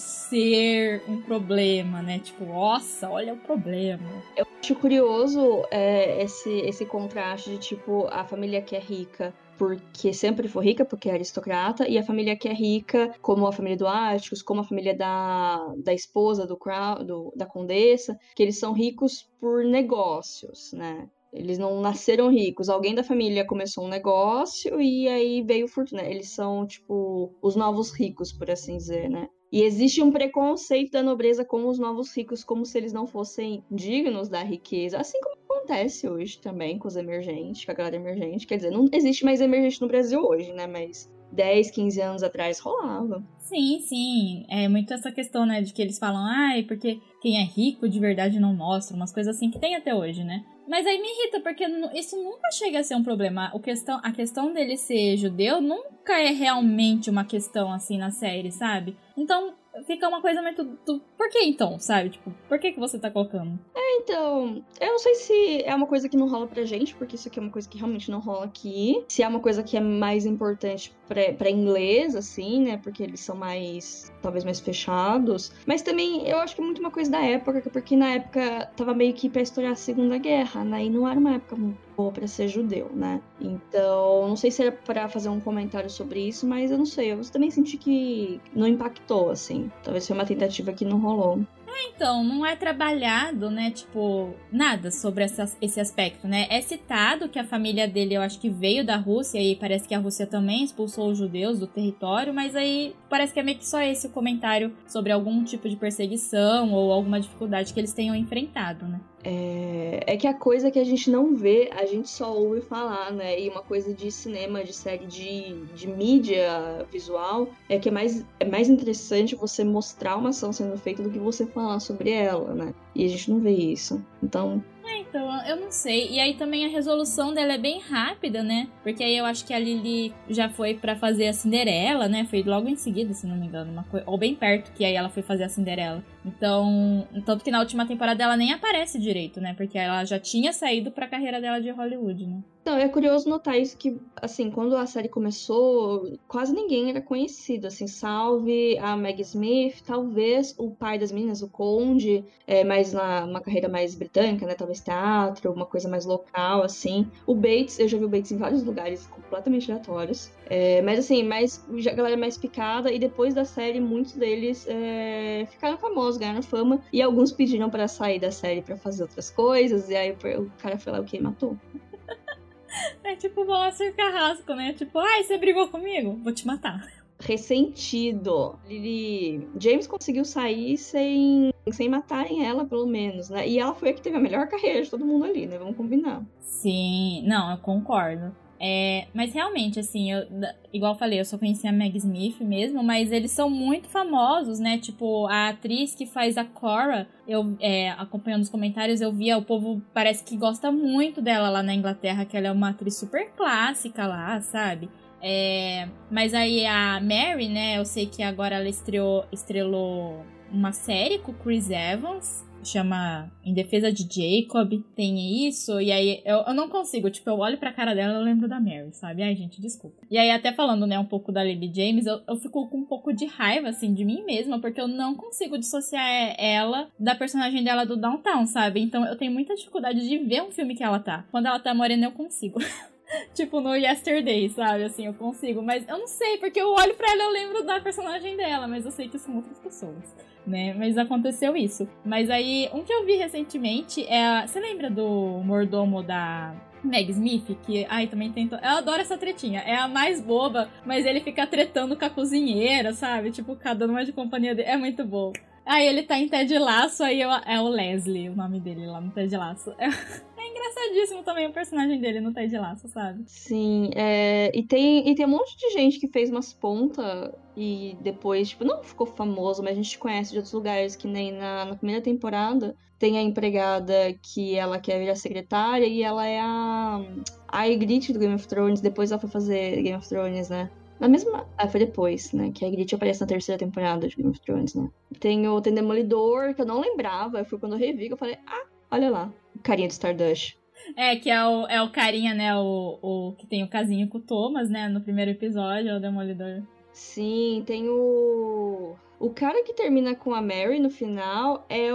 ser um problema, né? Tipo, nossa, olha o problema. Eu acho curioso é, esse, esse contraste de, tipo, a família que é rica porque sempre foi rica, porque é aristocrata, e a família que é rica, como a família do Atticus, como a família da, da esposa do, Crow, do da condessa, que eles são ricos por negócios, né? Eles não nasceram ricos. Alguém da família começou um negócio e aí veio fortuna. Eles são, tipo, os novos ricos, por assim dizer, né? E existe um preconceito da nobreza com os novos ricos, como se eles não fossem dignos da riqueza. Assim como acontece hoje também com os emergentes, com a galera emergente. Quer dizer, não existe mais emergente no Brasil hoje, né? Mas dez, quinze anos atrás rolava. Sim, sim. É muito essa questão, né? De que eles falam, ai, porque quem é rico de verdade não mostra. Umas coisas assim que tem até hoje, né? Mas aí me irrita, porque isso nunca chega a ser um problema. O questão, a questão dele ser judeu nunca é realmente uma questão assim na série, sabe? Então fica uma coisa muito... Do, por que então, sabe? Tipo, por que que você tá colocando? É, então... Eu não sei se é uma coisa que não rola pra gente, porque isso aqui é uma coisa que realmente não rola aqui. Se é uma coisa que é mais importante pra, pra inglês, assim, né? Porque eles são mais... talvez mais fechados. Mas também eu acho que é muito uma coisa da época, porque na época tava meio que pra estourar a Segunda Guerra, né? E não era uma época muito boa pra ser judeu, né? Então, não sei se era pra fazer um comentário sobre isso, mas eu não sei. Eu também senti que não impactou, assim. Talvez foi uma tentativa que não rolou. É, então, não é trabalhado, né, tipo, nada sobre essa, esse aspecto, né? É citado que a família dele, eu acho que veio da Rússia e parece que a Rússia também expulsou os judeus do território, mas aí parece que é meio que só esse o comentário sobre algum tipo de perseguição ou alguma dificuldade que eles tenham enfrentado, né? É, é que a coisa que a gente não vê, a gente só ouve falar, né? E uma coisa de cinema, de série, de, de mídia visual, é que é mais, é mais interessante você mostrar uma ação sendo feita do que você falar sobre ela, né? E a gente não vê isso. Então... É, então, eu não sei. E aí também a resolução dela é bem rápida, né? Porque aí eu acho que a Lily já foi pra fazer a Cinderela, né? Foi logo em seguida, se não me engano, uma coisa, ou bem perto que aí ela foi fazer a Cinderela. Então, tanto que na última temporada ela nem aparece direito, né? Porque ela já tinha saído pra carreira dela de Hollywood, né? Então, é curioso notar isso que, assim, quando a série começou, quase ninguém era conhecido, assim, salve a Maggie Smith, talvez o pai das meninas, o Conde, é, mais na uma carreira mais britânica, né, talvez teatro, uma coisa mais local, assim. O Bates, eu já vi o Bates em vários lugares completamente aleatórios, é, mas, assim, mais, já, a galera mais picada, e depois da série, muitos deles é, ficaram famosos, ganharam fama, e alguns pediram pra sair da série pra fazer outras coisas, e aí o cara foi lá, o que matou. É tipo o Monster Carrasco, né? Tipo, ai, você brigou comigo? Vou te matar. Ressentido. Lily James conseguiu sair sem, sem matarem ela, pelo menos, né? E ela foi a que teve a melhor carreira de todo mundo ali, né? Vamos combinar. Sim, não, eu concordo. É, mas realmente, assim, eu, igual eu falei, eu só conheci a Meg Smith mesmo, mas eles são muito famosos, né? Tipo, a atriz que faz a Cora, eu é, acompanhando os comentários, eu via, o povo parece que gosta muito dela lá na Inglaterra, que ela é uma atriz super clássica lá, sabe? É, mas aí a Mary, né, eu sei que agora ela estreou, estrelou uma série com o Chris Evans, chama Em Defesa de Jacob, tem isso, e aí eu, eu não consigo, tipo, eu olho pra cara dela e eu lembro da Mary, sabe? Ai, gente, desculpa. E aí até falando, né, um pouco da Lily James, eu, eu fico com um pouco de raiva, assim, de mim mesma, porque eu não consigo dissociar ela da personagem dela do Downtown, sabe? Então eu tenho muita dificuldade de ver um filme que ela tá. Quando ela tá morena, eu consigo. Tipo, no Yesterday, sabe? Assim, eu consigo. Mas eu não sei, porque eu olho pra ela e eu lembro da personagem dela. Mas eu sei que são outras pessoas, né? Mas aconteceu isso. Mas aí, um que eu vi recentemente é a... Você lembra do mordomo da Meg Smith? Que, ai, também tentou... Eu adoro essa tretinha. É a mais boba, mas ele fica tretando com a cozinheira, sabe? Tipo, cada uma de companhia dele. É muito bom. Aí ele tá em Ted Lasso, aí eu... é o Leslie, o nome dele lá no Ted Lasso. É... É engraçadíssimo também o personagem dele no Ted Lasso, sabe? Sim, é, e, tem, e tem um monte de gente que fez umas pontas e depois, tipo, não ficou famoso, mas a gente conhece de outros lugares, que nem na, na primeira temporada tem a empregada que ela quer virar secretária e ela é a, a Ygritte do Game of Thrones, depois ela foi fazer Game of Thrones, né? Na mesma... Ah, foi depois, né? Que a Ygritte aparece na terceira temporada de Game of Thrones, né? Tem o Tem Demolidor, que eu não lembrava, foi quando eu revi que eu falei, ah, olha lá, o carinha do Stardust. É, que é o, é o carinha, né, o, o que tem o casinho com o Thomas, né, no primeiro episódio, é o Demolidor. Sim, tem o... O cara que termina com a Mary no final é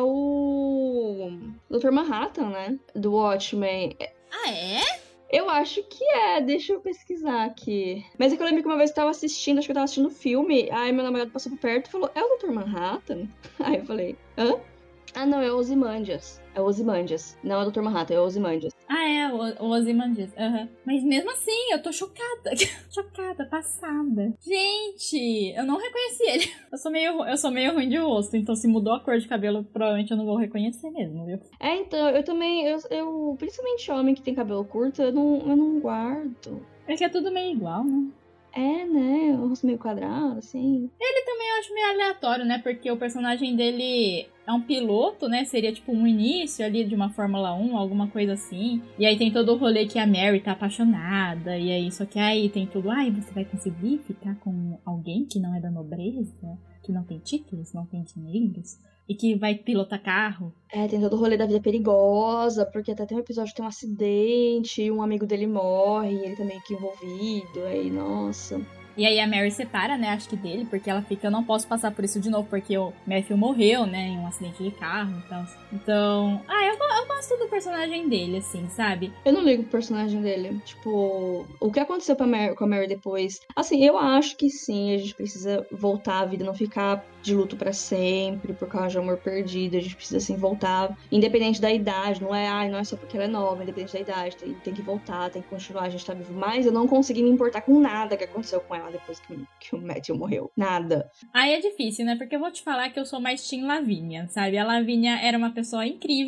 o doutor Manhattan, né? Do Watchmen. Ah, é? Eu acho que é, deixa eu pesquisar aqui. Mas é que eu lembro que uma vez eu tava assistindo, acho que eu tava assistindo o filme, aí meu namorado passou por perto e falou, é o doutor Manhattan? Aí eu falei, hã? Ah, não, é o Ozymandias. É o Ozymandias. Não é o doutor Manhattan, é o Ozymandias. Ah, é, o, o Ozymandias. Uhum. Mas mesmo assim, eu tô chocada. Chocada, passada. Gente, eu não reconheci ele. Eu sou, meio, eu sou meio ruim de rosto, então se mudou a cor de cabelo, provavelmente eu não vou reconhecer mesmo, viu? É, então, eu também, eu, eu principalmente homem que tem cabelo curto, eu não, eu não guardo. É que é tudo meio igual, né? É, né? O rosto meio quadrado, assim. Ele também eu acho meio aleatório, né? Porque o personagem dele é um piloto, né? Seria tipo um início ali de uma Fórmula um, alguma coisa assim. E aí tem todo o rolê que a Mary tá apaixonada. E aí, só que aí tem tudo. Ai, você vai conseguir ficar com alguém que não é da nobreza? Que não tem títulos, não tem dinheiros? E que vai pilotar carro? É, tem todo o rolê da vida perigosa, porque até tem um episódio que tem um acidente, um amigo dele morre, e ele tá meio que envolvido, aí, nossa. E aí a Mary separa, né, acho que dele, porque ela fica, eu não posso passar por isso de novo, porque o Matthew morreu, né, em um acidente de carro e tal. Então, ah, eu, eu gosto do personagem dele, assim, sabe? Eu não ligo pro personagem dele. Tipo, o que aconteceu com a Mary, com a Mary depois? Assim, eu acho que sim, a gente precisa voltar à vida, não ficar de luto pra sempre, por causa de amor perdido. A gente precisa, assim, voltar, independente da idade. Não é, ai, não é só porque ela é nova, independente da idade. Tem, tem que voltar, tem que continuar, a gente tá vivo. Mas eu não consegui me importar com nada que aconteceu com ela depois que, que o Matthew morreu. Nada. Aí é difícil, né? Porque eu vou te falar que eu sou mais Team Lavínia, sabe? A Lavínia era uma pessoa incrível,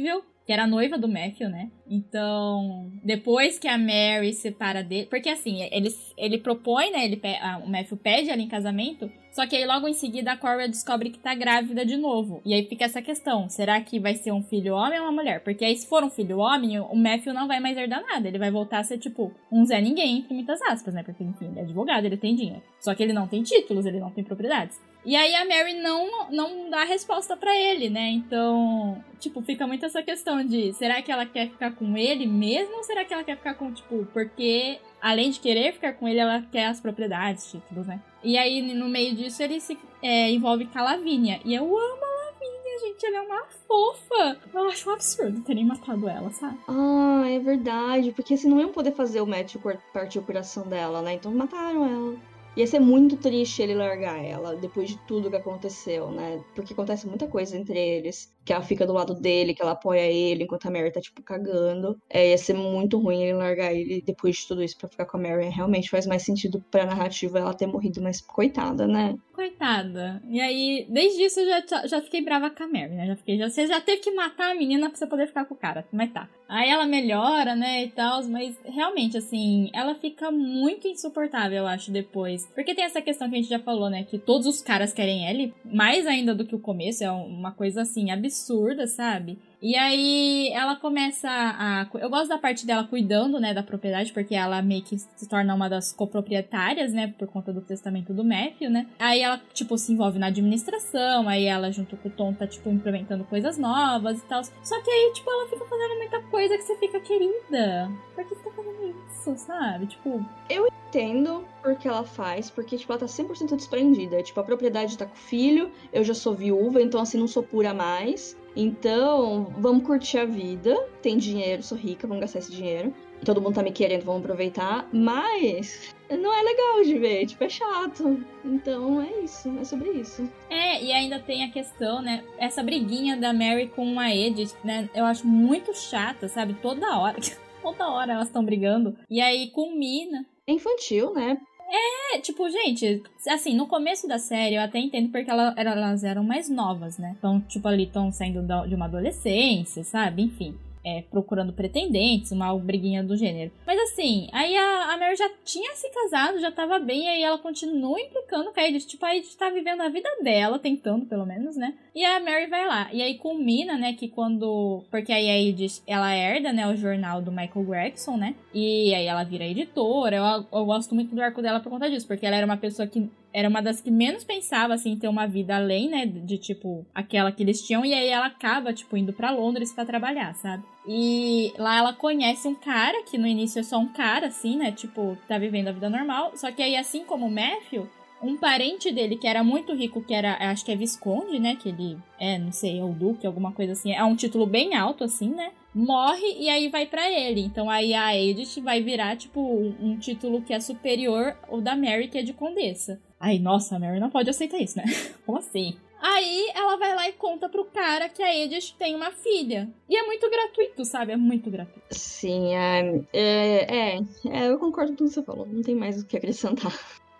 que era a noiva do Matthew, né? Então, depois que a Mary se separa dele... Porque assim, ele, ele propõe, né? Ele, a, o Matthew pede ela em casamento, só que aí logo em seguida a Cora descobre que tá grávida de novo. E aí fica essa questão, será que vai ser um filho homem ou uma mulher? Porque aí se for um filho homem, o Matthew não vai mais herdar nada. Ele vai voltar a ser tipo um Zé Ninguém, entre muitas aspas, né? Porque enfim, ele é advogado, ele tem dinheiro. Só que ele não tem títulos, ele não tem propriedades. E aí a Mary não, não dá resposta pra ele, né? Então, tipo, fica muito essa questão de, será que ela quer ficar com ele mesmo? Ou será que ela quer ficar com, tipo, porque além de querer ficar com ele, ela quer as propriedades, títulos, né? E aí, no meio disso, ele se é, envolve com a Lavínia. E eu amo a Lavínia, gente, ela é uma fofa. Eu acho um absurdo terem matado ela, sabe? Ah, é verdade, porque assim, não iam poder fazer o Matthew partir o coração dela, né? Então mataram ela. Ia ser muito triste ele largar ela, depois de tudo que aconteceu, né? Porque acontece muita coisa entre eles. Que ela fica do lado dele, que ela apoia ele, enquanto a Mary tá, tipo, cagando. É, ia ser muito ruim ele largar ele depois de tudo isso pra ficar com a Mary. Realmente faz mais sentido pra narrativa ela ter morrido, mas coitada, né? Coitada. E aí, desde isso eu já, já fiquei brava com a Mary, né? Já fiquei, já, você já teve que matar a menina pra você poder ficar com o cara. Mas tá. Aí ela melhora, né, e tal, mas realmente, assim, ela fica muito insuportável, eu acho, depois. Porque tem essa questão que a gente já falou, né, que todos os caras querem ele, mais ainda do que o começo, é uma coisa, assim, absurda, sabe? E aí ela começa a... Eu gosto da parte dela cuidando, né, da propriedade, porque ela meio que se torna uma das coproprietárias, né, por conta do testamento do Matthew, né? Aí ela, tipo, se envolve na administração, aí ela, junto com o Tom, tá, tipo, implementando coisas novas e tal. Só que aí, tipo, ela fica fazendo muita coisa que você fica, querida, por que você tá fazendo isso, sabe? Tipo... Eu entendo porque ela faz, porque, tipo, ela tá cem por cento desprendida. Tipo, a propriedade tá com o filho, eu já sou viúva, então, assim, não sou pura mais. Então, vamos curtir a vida. Tem dinheiro, sou rica, vamos gastar esse dinheiro. Todo mundo tá me querendo, vamos aproveitar. Mas não é legal de ver, tipo, é chato. Então é isso, é sobre isso. É, e ainda tem a questão, né? Essa briguinha da Mary com a Edith, né? Eu acho muito chata, sabe? Toda hora. Toda hora elas estão brigando. E aí culmina. É infantil, né? É, tipo, gente, assim, no começo da série eu até entendo porque ela, elas eram mais novas, né? Então, tipo, ali estão saindo de uma adolescência, sabe? Enfim. É, procurando pretendentes, uma briguinha do gênero. Mas assim, aí a, a Mary já tinha se casado, já tava bem, aí ela continua implicando com a Edith. Tipo, a Edith tá vivendo a vida dela, tentando pelo menos, né? E a Mary vai lá. E aí culmina, né, que quando... Porque aí a Edith, ela herda, né, o jornal do Michael Gregson, né? E aí ela vira editora. Eu, eu gosto muito do arco dela por conta disso, porque ela era uma pessoa que... Era uma das que menos pensava, assim, em ter uma vida além, né, de, tipo, aquela que eles tinham. E aí ela acaba, tipo, indo pra Londres pra trabalhar, sabe? E lá ela conhece um cara, que no início é só um cara, assim, né, tipo, tá vivendo a vida normal. Só que aí, assim como o Matthew, um parente dele que era muito rico, que era, acho que é Visconde, né, que ele é, não sei, é o Duque, alguma coisa assim. É um título bem alto, assim, né? Morre e aí vai pra ele. Então aí a Edith vai virar, tipo, um título que é superior ao da Mary, que é de Condessa. Ai, nossa, a Mary não pode aceitar isso, né? Como assim? Aí ela vai lá e conta pro cara que a Edith tem uma filha. E é muito gratuito, sabe? É muito gratuito. Sim, é, é, é, é eu concordo com o que você falou. Não tem mais o que acrescentar.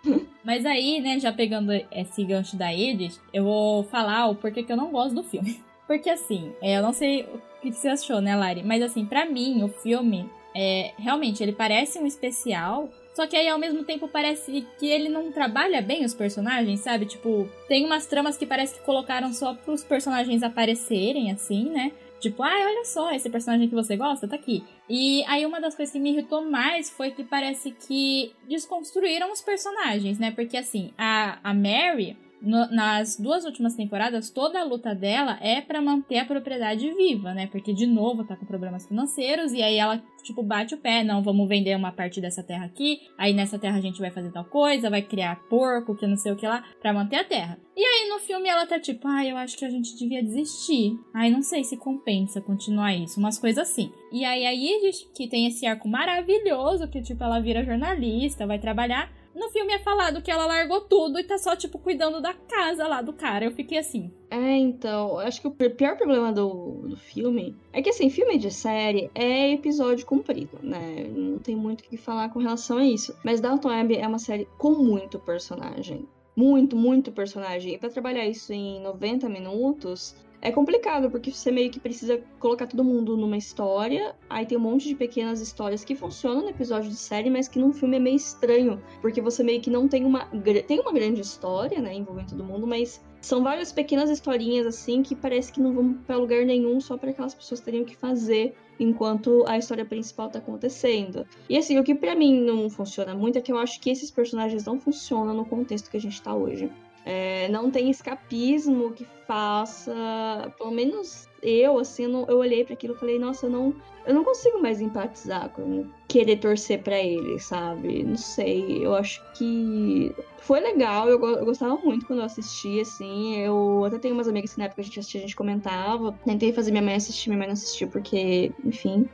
Mas aí, né, já pegando esse gancho da Edith, eu vou falar o porquê que eu não gosto do filme. Porque assim, eu não sei o que você achou, né, Lari? Mas assim, pra mim, o filme, é, realmente, ele parece um especial... Só que aí, ao mesmo tempo, parece que ele não trabalha bem os personagens, sabe? Tipo, tem umas tramas que parece que colocaram só pros personagens aparecerem, assim, né? Tipo, ah, olha só, esse personagem que você gosta, tá aqui. E aí, uma das coisas que me irritou mais foi que parece que desconstruíram os personagens, né? Porque, assim, a, a Mary... No, nas duas últimas temporadas, toda a luta dela é pra manter a propriedade viva, né? Porque, de novo, tá com problemas financeiros e aí ela, tipo, bate o pé. Não, vamos vender uma parte dessa terra aqui. Aí, nessa terra, a gente vai fazer tal coisa, vai criar porco, que não sei o que lá, pra manter a terra. E aí, no filme, ela tá tipo, ai, ah, eu acho que a gente devia desistir. Ai, não sei se compensa continuar isso. Umas coisas assim. E aí, a Edith, que tem esse arco maravilhoso, que, tipo, ela vira jornalista, vai trabalhar... No filme é falado que ela largou tudo e tá só, tipo, cuidando da casa lá do cara. Eu fiquei assim. É, então, acho que o pior problema do, do filme é que, assim, filme de série é episódio comprido, né? Não tem muito o que falar com relação a isso. Mas Downton Abbey é uma série com muito personagem. Muito, muito personagem. E pra trabalhar isso em noventa minutos... é complicado, porque você meio que precisa colocar todo mundo numa história, aí tem um monte de pequenas histórias que funcionam no episódio de série, mas que num filme é meio estranho, porque você meio que não tem uma... Tem uma grande história, né, envolvendo todo mundo, mas são várias pequenas historinhas, assim, que parece que não vão pra lugar nenhum, só para aquelas pessoas terem o que fazer enquanto a história principal tá acontecendo. E assim, o que pra mim não funciona muito é que eu acho que esses personagens não funcionam no contexto que a gente tá hoje. É, não tem escapismo que faça, pelo menos eu, assim, eu, não, eu olhei para aquilo e falei, nossa, eu não, eu não consigo mais empatizar com querer torcer para ele, sabe? Não sei, eu acho que foi legal, eu, eu gostava muito quando eu assisti, assim, eu até tenho umas amigas que na época a gente assistia, a gente comentava, tentei fazer minha mãe assistir, minha mãe não assistiu porque, enfim,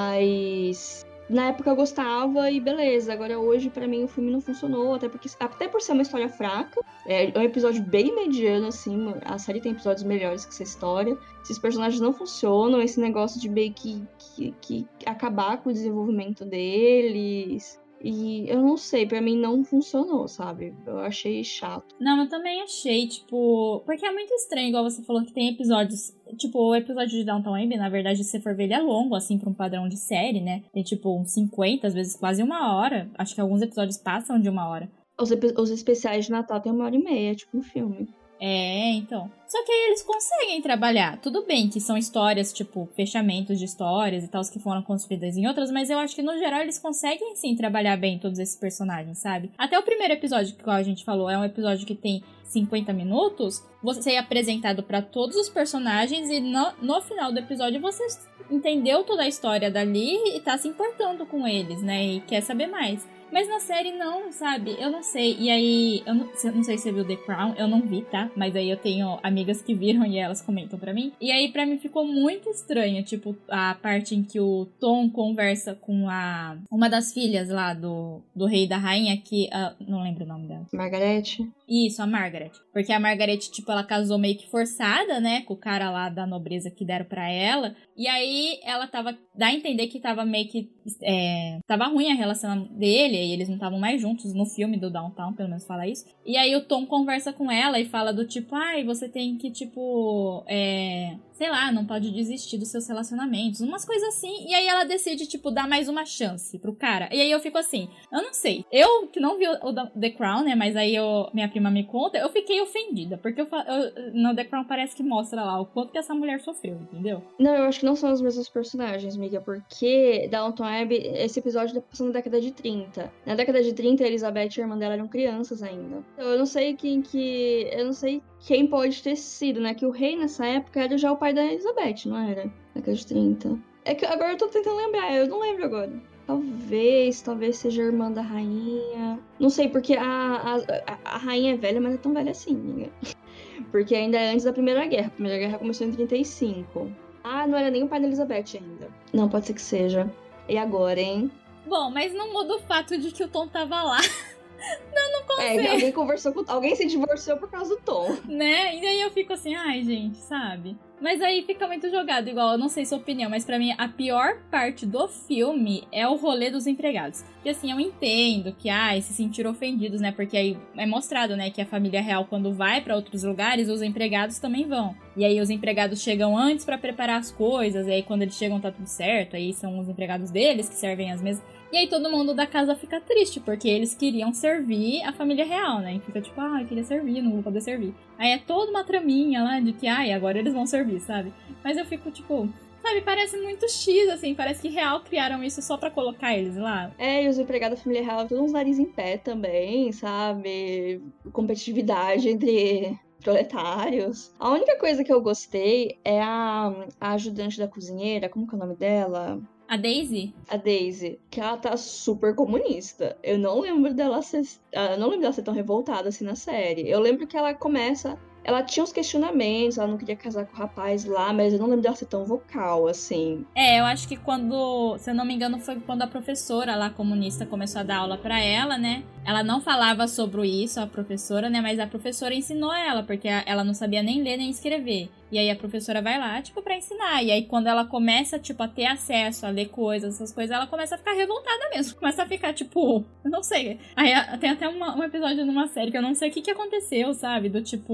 mas... Na época eu gostava e beleza, agora hoje pra mim o filme não funcionou, até porque até por ser uma história fraca, é um episódio bem mediano, assim, a série tem episódios melhores que essa história, esses personagens não funcionam, esse negócio de meio que, que, que acabar com o desenvolvimento deles... E eu não sei, pra mim não funcionou, sabe? Eu achei chato. Não, eu também achei, tipo... Porque é muito estranho, igual você falou, que tem episódios... Tipo, o episódio de Downton Abbey, na verdade, se você for ver, ele é longo, assim, pra um padrão de série, né? Tem, tipo, uns cinquenta, às vezes quase uma hora. Acho que alguns episódios passam de uma hora. Os, os especiais de Natal tem uma hora e meia, tipo um filme. É, então. Só que aí eles conseguem trabalhar. Tudo bem que são histórias, tipo, fechamentos de histórias e tal, que foram construídas em outras, mas eu acho que, no geral, eles conseguem, sim, trabalhar bem todos esses personagens, sabe? Até o primeiro episódio, que a gente falou, é um episódio que tem cinquenta minutos, você é apresentado pra todos os personagens e no, no final do episódio você entendeu toda a história dali e tá se importando com eles, né? E quer saber mais. Mas na série não, sabe? Eu não sei. E aí, eu não, eu não sei se você viu The Crown, eu não vi, tá? Mas aí eu tenho amigas que viram e elas comentam pra mim. E aí, pra mim, ficou muito estranha, tipo, a parte em que o Tom conversa com a uma das filhas lá do, do rei e da rainha, que... Uh, não lembro o nome dela. Margaret? Isso, a Margaret. Porque a Margaret, tipo, ela casou meio que forçada, né? Com o cara lá da nobreza que deram pra ela. E aí, ela tava... Dá a entender que tava meio que... É, tava ruim a relação dele, e eles não estavam mais juntos no filme do Downtown, pelo menos fala isso. E aí o Tom conversa com ela e fala do tipo, ai, você tem que, tipo, é... sei lá, não pode desistir dos seus relacionamentos, umas coisas assim. E aí ela decide, tipo, dar mais uma chance pro cara. E aí eu fico assim, eu não sei. Eu, que não vi o, o The Crown, né, mas aí eu, minha prima me conta, eu fiquei ofendida. Porque eu, eu, no The Crown parece que mostra lá o quanto que essa mulher sofreu, entendeu? Não, eu acho que não são os mesmos personagens, amiga, porque Downton Abbey, esse episódio tá passando na década de trinta. Na década de trinta, a Elizabeth e a irmã dela eram crianças ainda. Então, eu não sei quem que... Eu não sei quem pode ter sido, né? Que o rei, nessa época, era já o pai da Elizabeth, não era? Na década de trinta. É que agora eu tô tentando lembrar, eu não lembro agora. Talvez, talvez seja a irmã da rainha. Não sei, porque a, a, a, a rainha é velha, mas não é tão velha assim, amiga. Porque ainda é antes da Primeira Guerra. A Primeira Guerra começou em trinta e cinco. Ah, não era nem o pai da Elizabeth ainda. Não, pode ser que seja. E agora, hein? Bom, mas não muda o fato de que o Tom tava lá. Não, não consigo. É, alguém conversou com... Alguém se divorciou por causa do Tom. Né? E aí eu fico assim, ai, gente, sabe? Mas aí fica muito jogado, igual, eu não sei sua opinião, mas pra mim a pior parte do filme é o rolê dos empregados. Porque assim, eu entendo que, ai, se sentiram ofendidos, né? Porque aí é mostrado, né, que a família real, quando vai pra outros lugares, os empregados também vão. E aí os empregados chegam antes pra preparar as coisas, e aí quando eles chegam tá tudo certo, aí são os empregados deles que servem as mesas. E aí todo mundo da casa fica triste, porque eles queriam servir a família real, né? E fica tipo, ah, eu queria servir, não vou poder servir. Aí é toda uma traminha lá de que, ai, agora eles vão servir, sabe? Mas eu fico tipo, sabe, parece muito X, assim, parece que real criaram isso só pra colocar eles lá. É, e os empregados da família real, todos uns nariz em pé também, sabe? Competitividade entre proletários. A única coisa que eu gostei é a, a ajudante da cozinheira, como que é o nome dela? A Daisy? A Daisy, que ela tá super comunista. Eu não lembro dela ser. Eu não lembro dela ser tão revoltada assim na série. Eu lembro que ela começa. Ela tinha uns questionamentos, ela não queria casar com o rapaz lá, mas eu não lembro dela ser tão vocal, assim. É, eu acho que quando, se eu não me engano, foi quando a professora lá comunista começou a dar aula pra ela, né? Ela não falava sobre isso, a professora, né? Mas a professora ensinou ela, porque ela não sabia nem ler nem escrever. E aí a professora vai lá, tipo, pra ensinar. E aí quando ela começa, tipo, a ter acesso a ler coisas, essas coisas, ela começa a ficar revoltada mesmo. Começa a ficar, tipo, eu não sei. Aí tem até uma, um episódio numa série que eu não sei o que que aconteceu, sabe? Do tipo,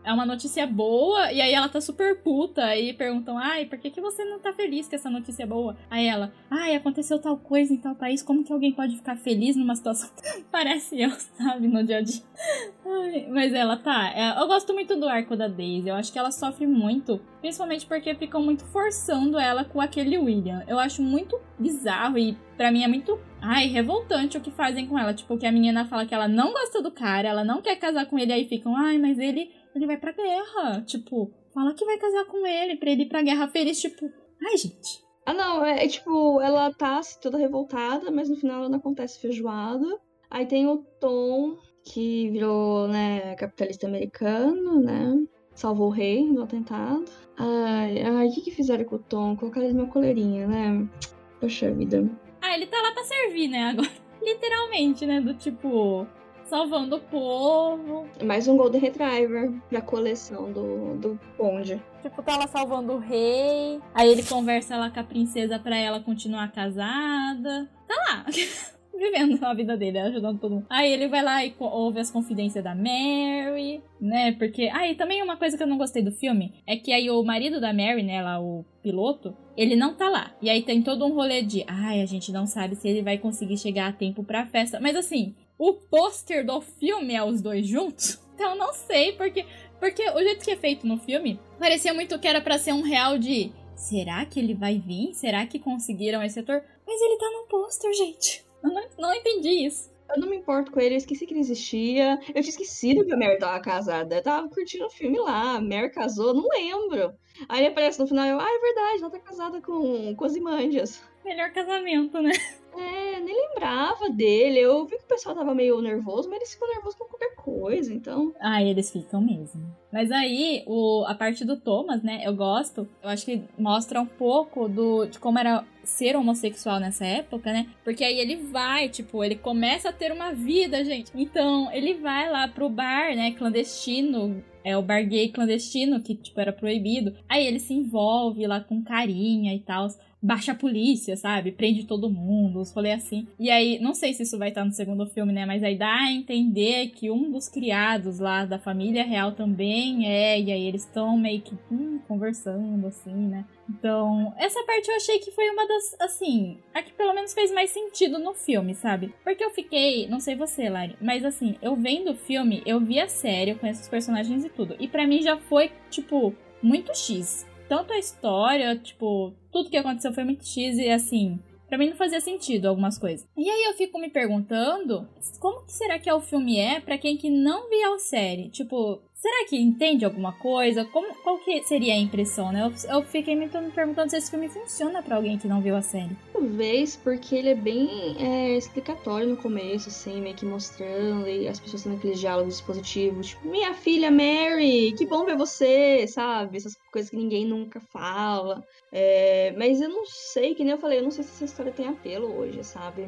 é uma notícia boa, e aí ela tá super puta, e perguntam, ai, por que, que você não tá feliz que essa notícia é boa? Aí ela, ai, aconteceu tal coisa em tal país, como que alguém pode ficar feliz numa situação... Parece eu, sabe, no dia a dia. Ai, mas ela tá, é, eu gosto muito do arco da Daisy, eu acho que ela sofre muito, principalmente porque ficam muito forçando ela com aquele William. Eu acho muito bizarro e pra mim é muito, ai, revoltante o que fazem com ela. Tipo, que a menina fala que ela não gosta do cara, ela não quer casar com ele, aí ficam, ai, mas ele, ele vai pra guerra. Tipo, fala que vai casar com ele, pra ele ir pra guerra feliz, tipo, ai, gente. Ah, não, é, é tipo, ela tá assim, toda revoltada, mas no final não acontece feijoada. Aí tem o Tom, que virou, né, capitalista americano, né? Salvou o rei no atentado. Ai, ai, o que que fizeram com o Tom? Colocaram ele numa coleirinha, né? Poxa vida. Ah, ele tá lá pra servir, né, agora. Literalmente, né, do tipo, salvando o povo. Mais um Golden Retriever da coleção do, do Bond. Tipo, tá lá salvando o rei. Aí ele conversa lá com a princesa pra ela continuar casada. Tá lá. Vivendo a vida dele, ajudando todo mundo. Aí ele vai lá e ouve as confidências da Mary, né? Porque... Ah, e também uma coisa que eu não gostei do filme é que aí o marido da Mary, né? Lá, o piloto, ele não tá lá. E aí tem todo um rolê de... Ai, a gente não sabe se ele vai conseguir chegar a tempo pra festa. Mas assim, o pôster do filme é os dois juntos. Então eu não sei, porque... Porque o jeito que é feito no filme, parecia muito que era pra ser um real de... Será que ele vai vir? Será que conseguiram esse ator? Mas ele tá no pôster, gente. Eu não, não entendi isso. Eu não me importo com ele, eu esqueci que ele existia. Eu tinha esquecido que a Mary tava casada. Eu tava curtindo o filme lá. A Mary casou, não lembro. Aí ele aparece no final e eu, ah, é verdade, ela tá casada com, com as Imandias. Melhor casamento, né? É, nem lembrava dele. Eu vi que o pessoal tava meio nervoso, mas eles ficam nervosos com qualquer coisa, então... Ah, eles ficam mesmo. Mas aí, o, a parte do Thomas, né, eu gosto. Eu acho que mostra um pouco do, de como era ser homossexual nessa época, né? Porque aí ele vai, tipo, ele começa a ter uma vida, gente. Então, ele vai lá pro bar, né, clandestino. É o bar gay clandestino, que, tipo, era proibido. Aí ele se envolve lá com carinha e tal. Baixa a polícia, sabe? Prende todo mundo, os rolês assim. E aí, não sei se isso vai estar no segundo filme, né? Mas aí dá a entender que um dos criados lá da família real também é. E aí eles estão meio que hum, conversando, assim, né? Então, essa parte eu achei que foi uma das, assim, a que pelo menos fez mais sentido no filme, sabe? Porque eu fiquei, não sei você, Lari, mas assim, eu vendo o filme, eu vi a série, eu conheço os personagens e tudo. E pra mim já foi, tipo, muito X. Tanto a história, tipo, tudo que aconteceu foi muito X e, assim, pra mim não fazia sentido algumas coisas. E aí eu fico me perguntando, como que será que é o filme é pra quem que não viu a série? Tipo, será que entende alguma coisa? Como, qual que seria a impressão, né? Eu, eu fiquei me perguntando se esse filme funciona pra alguém que não viu a série. Talvez porque ele é bem é, explicatório no começo, assim, meio que mostrando, e as pessoas tendo aqueles diálogos positivos, tipo, minha filha Mary, que bom ver você, sabe? Essas coisas que ninguém nunca fala. É, mas eu não sei, que nem eu falei, eu não sei se essa história tem apelo hoje, sabe?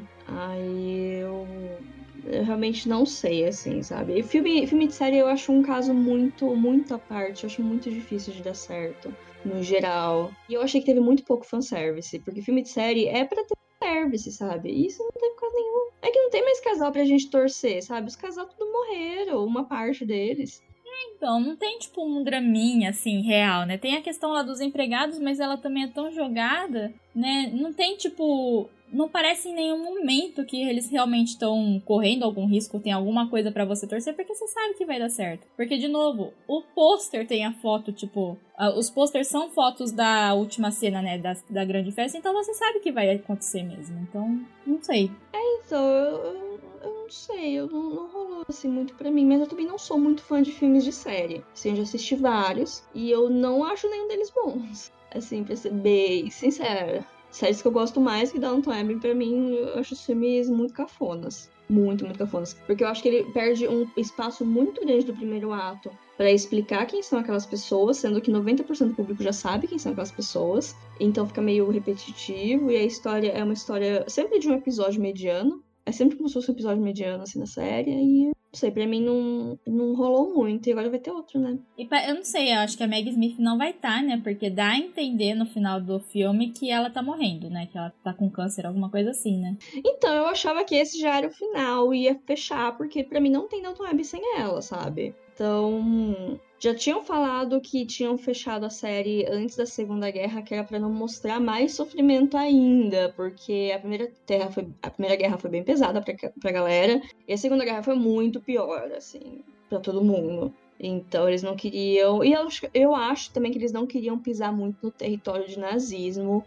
Aí eu... Eu realmente não sei, assim, sabe? E filme, filme de série eu acho um caso muito, muito à parte. Eu acho muito difícil de dar certo, no geral. E eu achei que teve muito pouco fanservice, porque filme de série é pra ter service, sabe? E isso não teve quase nenhum. É que não tem mais casal pra gente torcer, sabe? Os casal tudo morreram, uma parte deles. Então, não tem, tipo, um draminha, assim, real, né? Tem a questão lá dos empregados, mas ela também é tão jogada, né? Não tem, tipo... Não parece em nenhum momento que eles realmente estão correndo algum risco, tem alguma coisa pra você torcer, porque você sabe que vai dar certo. Porque, de novo, o pôster tem a foto, tipo... Uh, os pôsteres são fotos da última cena, né, da, da grande festa, então você sabe que vai acontecer mesmo. Então, não sei. É, então, eu, eu, eu não sei, eu não, não rolou assim muito pra mim, mas eu também não sou muito fã de filmes de série. Assim, eu já assisti vários, e eu não acho nenhum deles bons. Assim, pra ser bem sincera. Séries que eu gosto mais que Downton Abbey, pra mim, eu acho os filmes muito cafonas. Muito, muito cafonas. Porque eu acho que ele perde um espaço muito grande do primeiro ato pra explicar quem são aquelas pessoas, sendo que noventa por cento do público já sabe quem são aquelas pessoas. Então fica meio repetitivo, e a história é uma história sempre de um episódio mediano. É sempre como se fosse um episódio mediano, assim, na série, e... Não sei, pra mim não, não rolou muito. E agora vai ter outro, né? E pra, eu não sei, eu acho que a Maggie Smith não vai estar, tá, né? Porque dá a entender no final do filme que ela tá morrendo, né? Que ela tá com câncer, alguma coisa assim, né? Então, eu achava que esse já era o final, ia fechar, porque pra mim não tem Downton Abbey sem ela, sabe? Então, Já tinham falado que tinham fechado a série antes da Segunda Guerra, que era pra não mostrar mais sofrimento ainda, porque a Primeira, Terra foi, a primeira Guerra foi bem pesada pra, pra galera, e a Segunda Guerra foi muito pior, assim, pra todo mundo. Então eles não queriam. E eu, eu acho também que eles não queriam pisar muito no território de nazismo,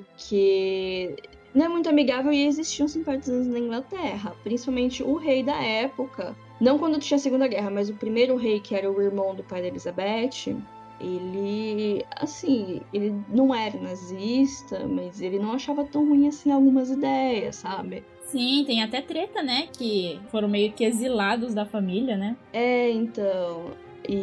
porque não é muito amigável e existiam simpatizantes na Inglaterra, principalmente o rei da época. Não quando tinha a Segunda Guerra, mas o primeiro rei, que era o irmão do pai da Elizabeth, ele, assim, ele não era nazista, mas ele não achava tão ruim assim algumas ideias, sabe? Sim, tem até treta, né? Que foram meio que exilados da família, né? É, então.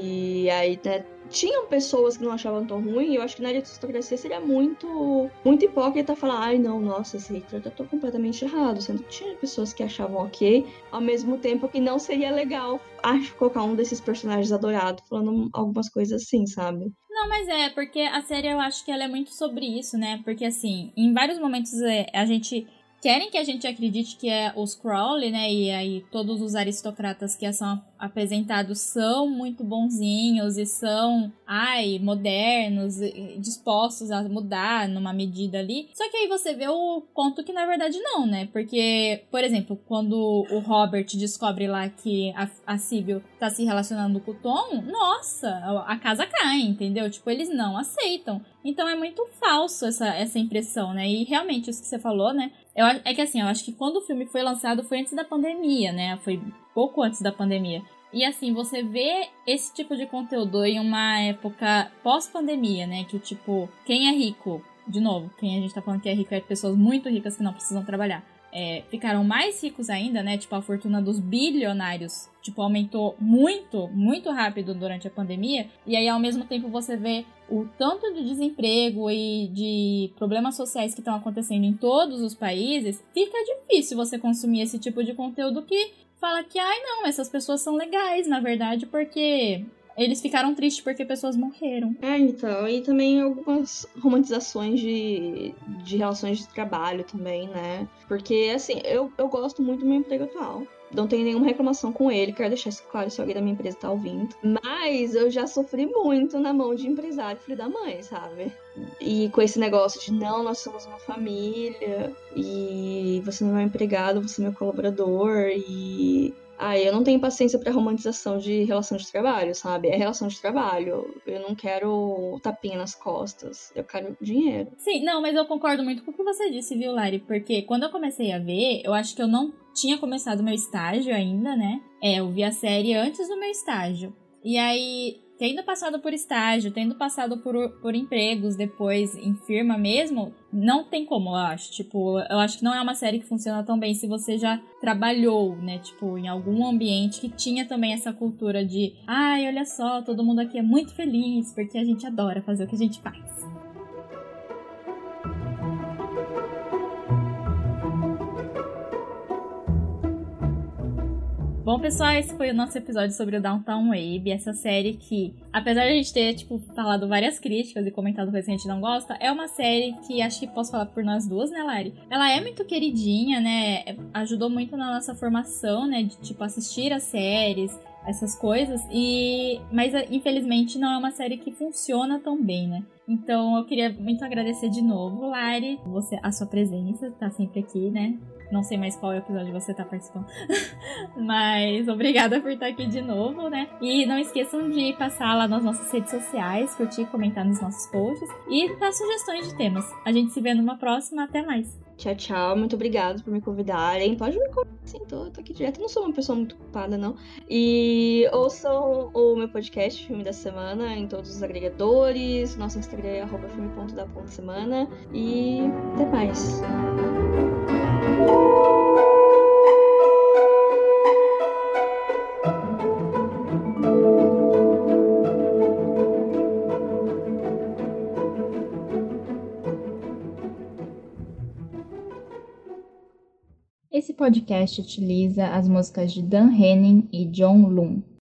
E aí, né, tinham pessoas que não achavam tão ruim, e eu acho que na aristocracia seria muito, muito hipócrita falar, ai não, nossa, esse Hitler tá completamente errado. Sendo que tinha pessoas que achavam ok, ao mesmo tempo que não seria legal, acho, colocar um desses personagens adorados falando algumas coisas assim, sabe? Não, mas é, porque a série eu acho que ela é muito sobre isso, né? Porque assim, em vários momentos é, a gente. Querem que a gente acredite que é os Crowley, né? E aí todos os aristocratas que são apresentados são muito bonzinhos e são, ai, modernos, dispostos a mudar numa medida ali. Só que aí você vê o ponto que na verdade não, né? Porque, por exemplo, quando o Robert descobre lá que a, a Sibyl tá se relacionando com o Tom, nossa, a casa cai, entendeu? Tipo, eles não aceitam. Então é muito falso essa, essa impressão, né? E realmente, isso que você falou, né? Eu, é que assim, eu acho que quando o filme foi lançado foi antes da pandemia, né? Foi pouco antes da pandemia. E assim, você vê esse tipo de conteúdo em uma época pós-pandemia, né? Que tipo, quem é rico, de novo, quem a gente tá falando que é rico é pessoas muito ricas que não precisam trabalhar. É, ficaram mais ricos ainda, né? Tipo, a fortuna dos bilionários, tipo, aumentou muito, muito rápido durante a pandemia. E aí, ao mesmo tempo, você vê o tanto de desemprego e de problemas sociais que estão acontecendo em todos os países. Fica difícil você consumir esse tipo de conteúdo que fala que, ai, não, essas pessoas são legais, na verdade, porque eles ficaram tristes porque pessoas morreram. É, então, e também algumas romantizações de, de relações de trabalho também, né? Porque, assim, eu, eu gosto muito do meu emprego atual. Não tenho nenhuma reclamação com ele, quero deixar isso claro se alguém da minha empresa tá ouvindo. Mas eu já sofri muito na mão de empresário filho da mãe, sabe? E com esse negócio de não, nós somos uma família, e você não é um empregado, você é meu colaborador, e ah, eu não tenho paciência pra romantização de relação de trabalho, sabe? É relação de trabalho. Eu não quero tapinha nas costas. Eu quero dinheiro. Sim, não, mas eu concordo muito com o que você disse, viu, Lari? Porque quando eu comecei a ver, eu acho que eu não tinha começado meu estágio ainda, né? É, eu vi a série antes do meu estágio. E aí, tendo passado por estágio, tendo passado por, por empregos depois em firma mesmo, não tem como, eu acho. Tipo, eu acho que não é uma série que funciona tão bem se você já trabalhou, né? Tipo, em algum ambiente que tinha também essa cultura de ai, olha só, todo mundo aqui é muito feliz porque a gente adora fazer o que a gente faz. Bom, pessoal, esse foi o nosso episódio sobre o Downton Abbey, essa série que, apesar de a gente ter, tipo, falado várias críticas e comentado coisas que a gente não gosta, é uma série que acho que posso falar por nós duas, né, Lari? Ela é muito queridinha, né, ajudou muito na nossa formação, né, de, tipo, assistir as séries, essas coisas, e mas infelizmente não é uma série que funciona tão bem, né? Então eu queria muito agradecer de novo, Lari, você, a sua presença, tá sempre aqui, né? Não sei mais qual episódio você tá participando. Mas obrigada por estar aqui de novo, né? E não esqueçam de passar lá nas nossas redes sociais, curtir, comentar nos nossos posts e dar sugestões de temas. A gente se vê numa próxima. Até mais. Tchau, tchau. Muito obrigada por me convidarem. Pode me convidar, sim. Tô, tô aqui direto. Eu não sou uma pessoa muito ocupada, não. E ouçam o meu podcast, Filme da Semana, em todos os agregadores. Nosso Instagram é arroba filme ponto da ponto semana. E até mais. Esse podcast utiliza as músicas de Dan Henning e John Loon.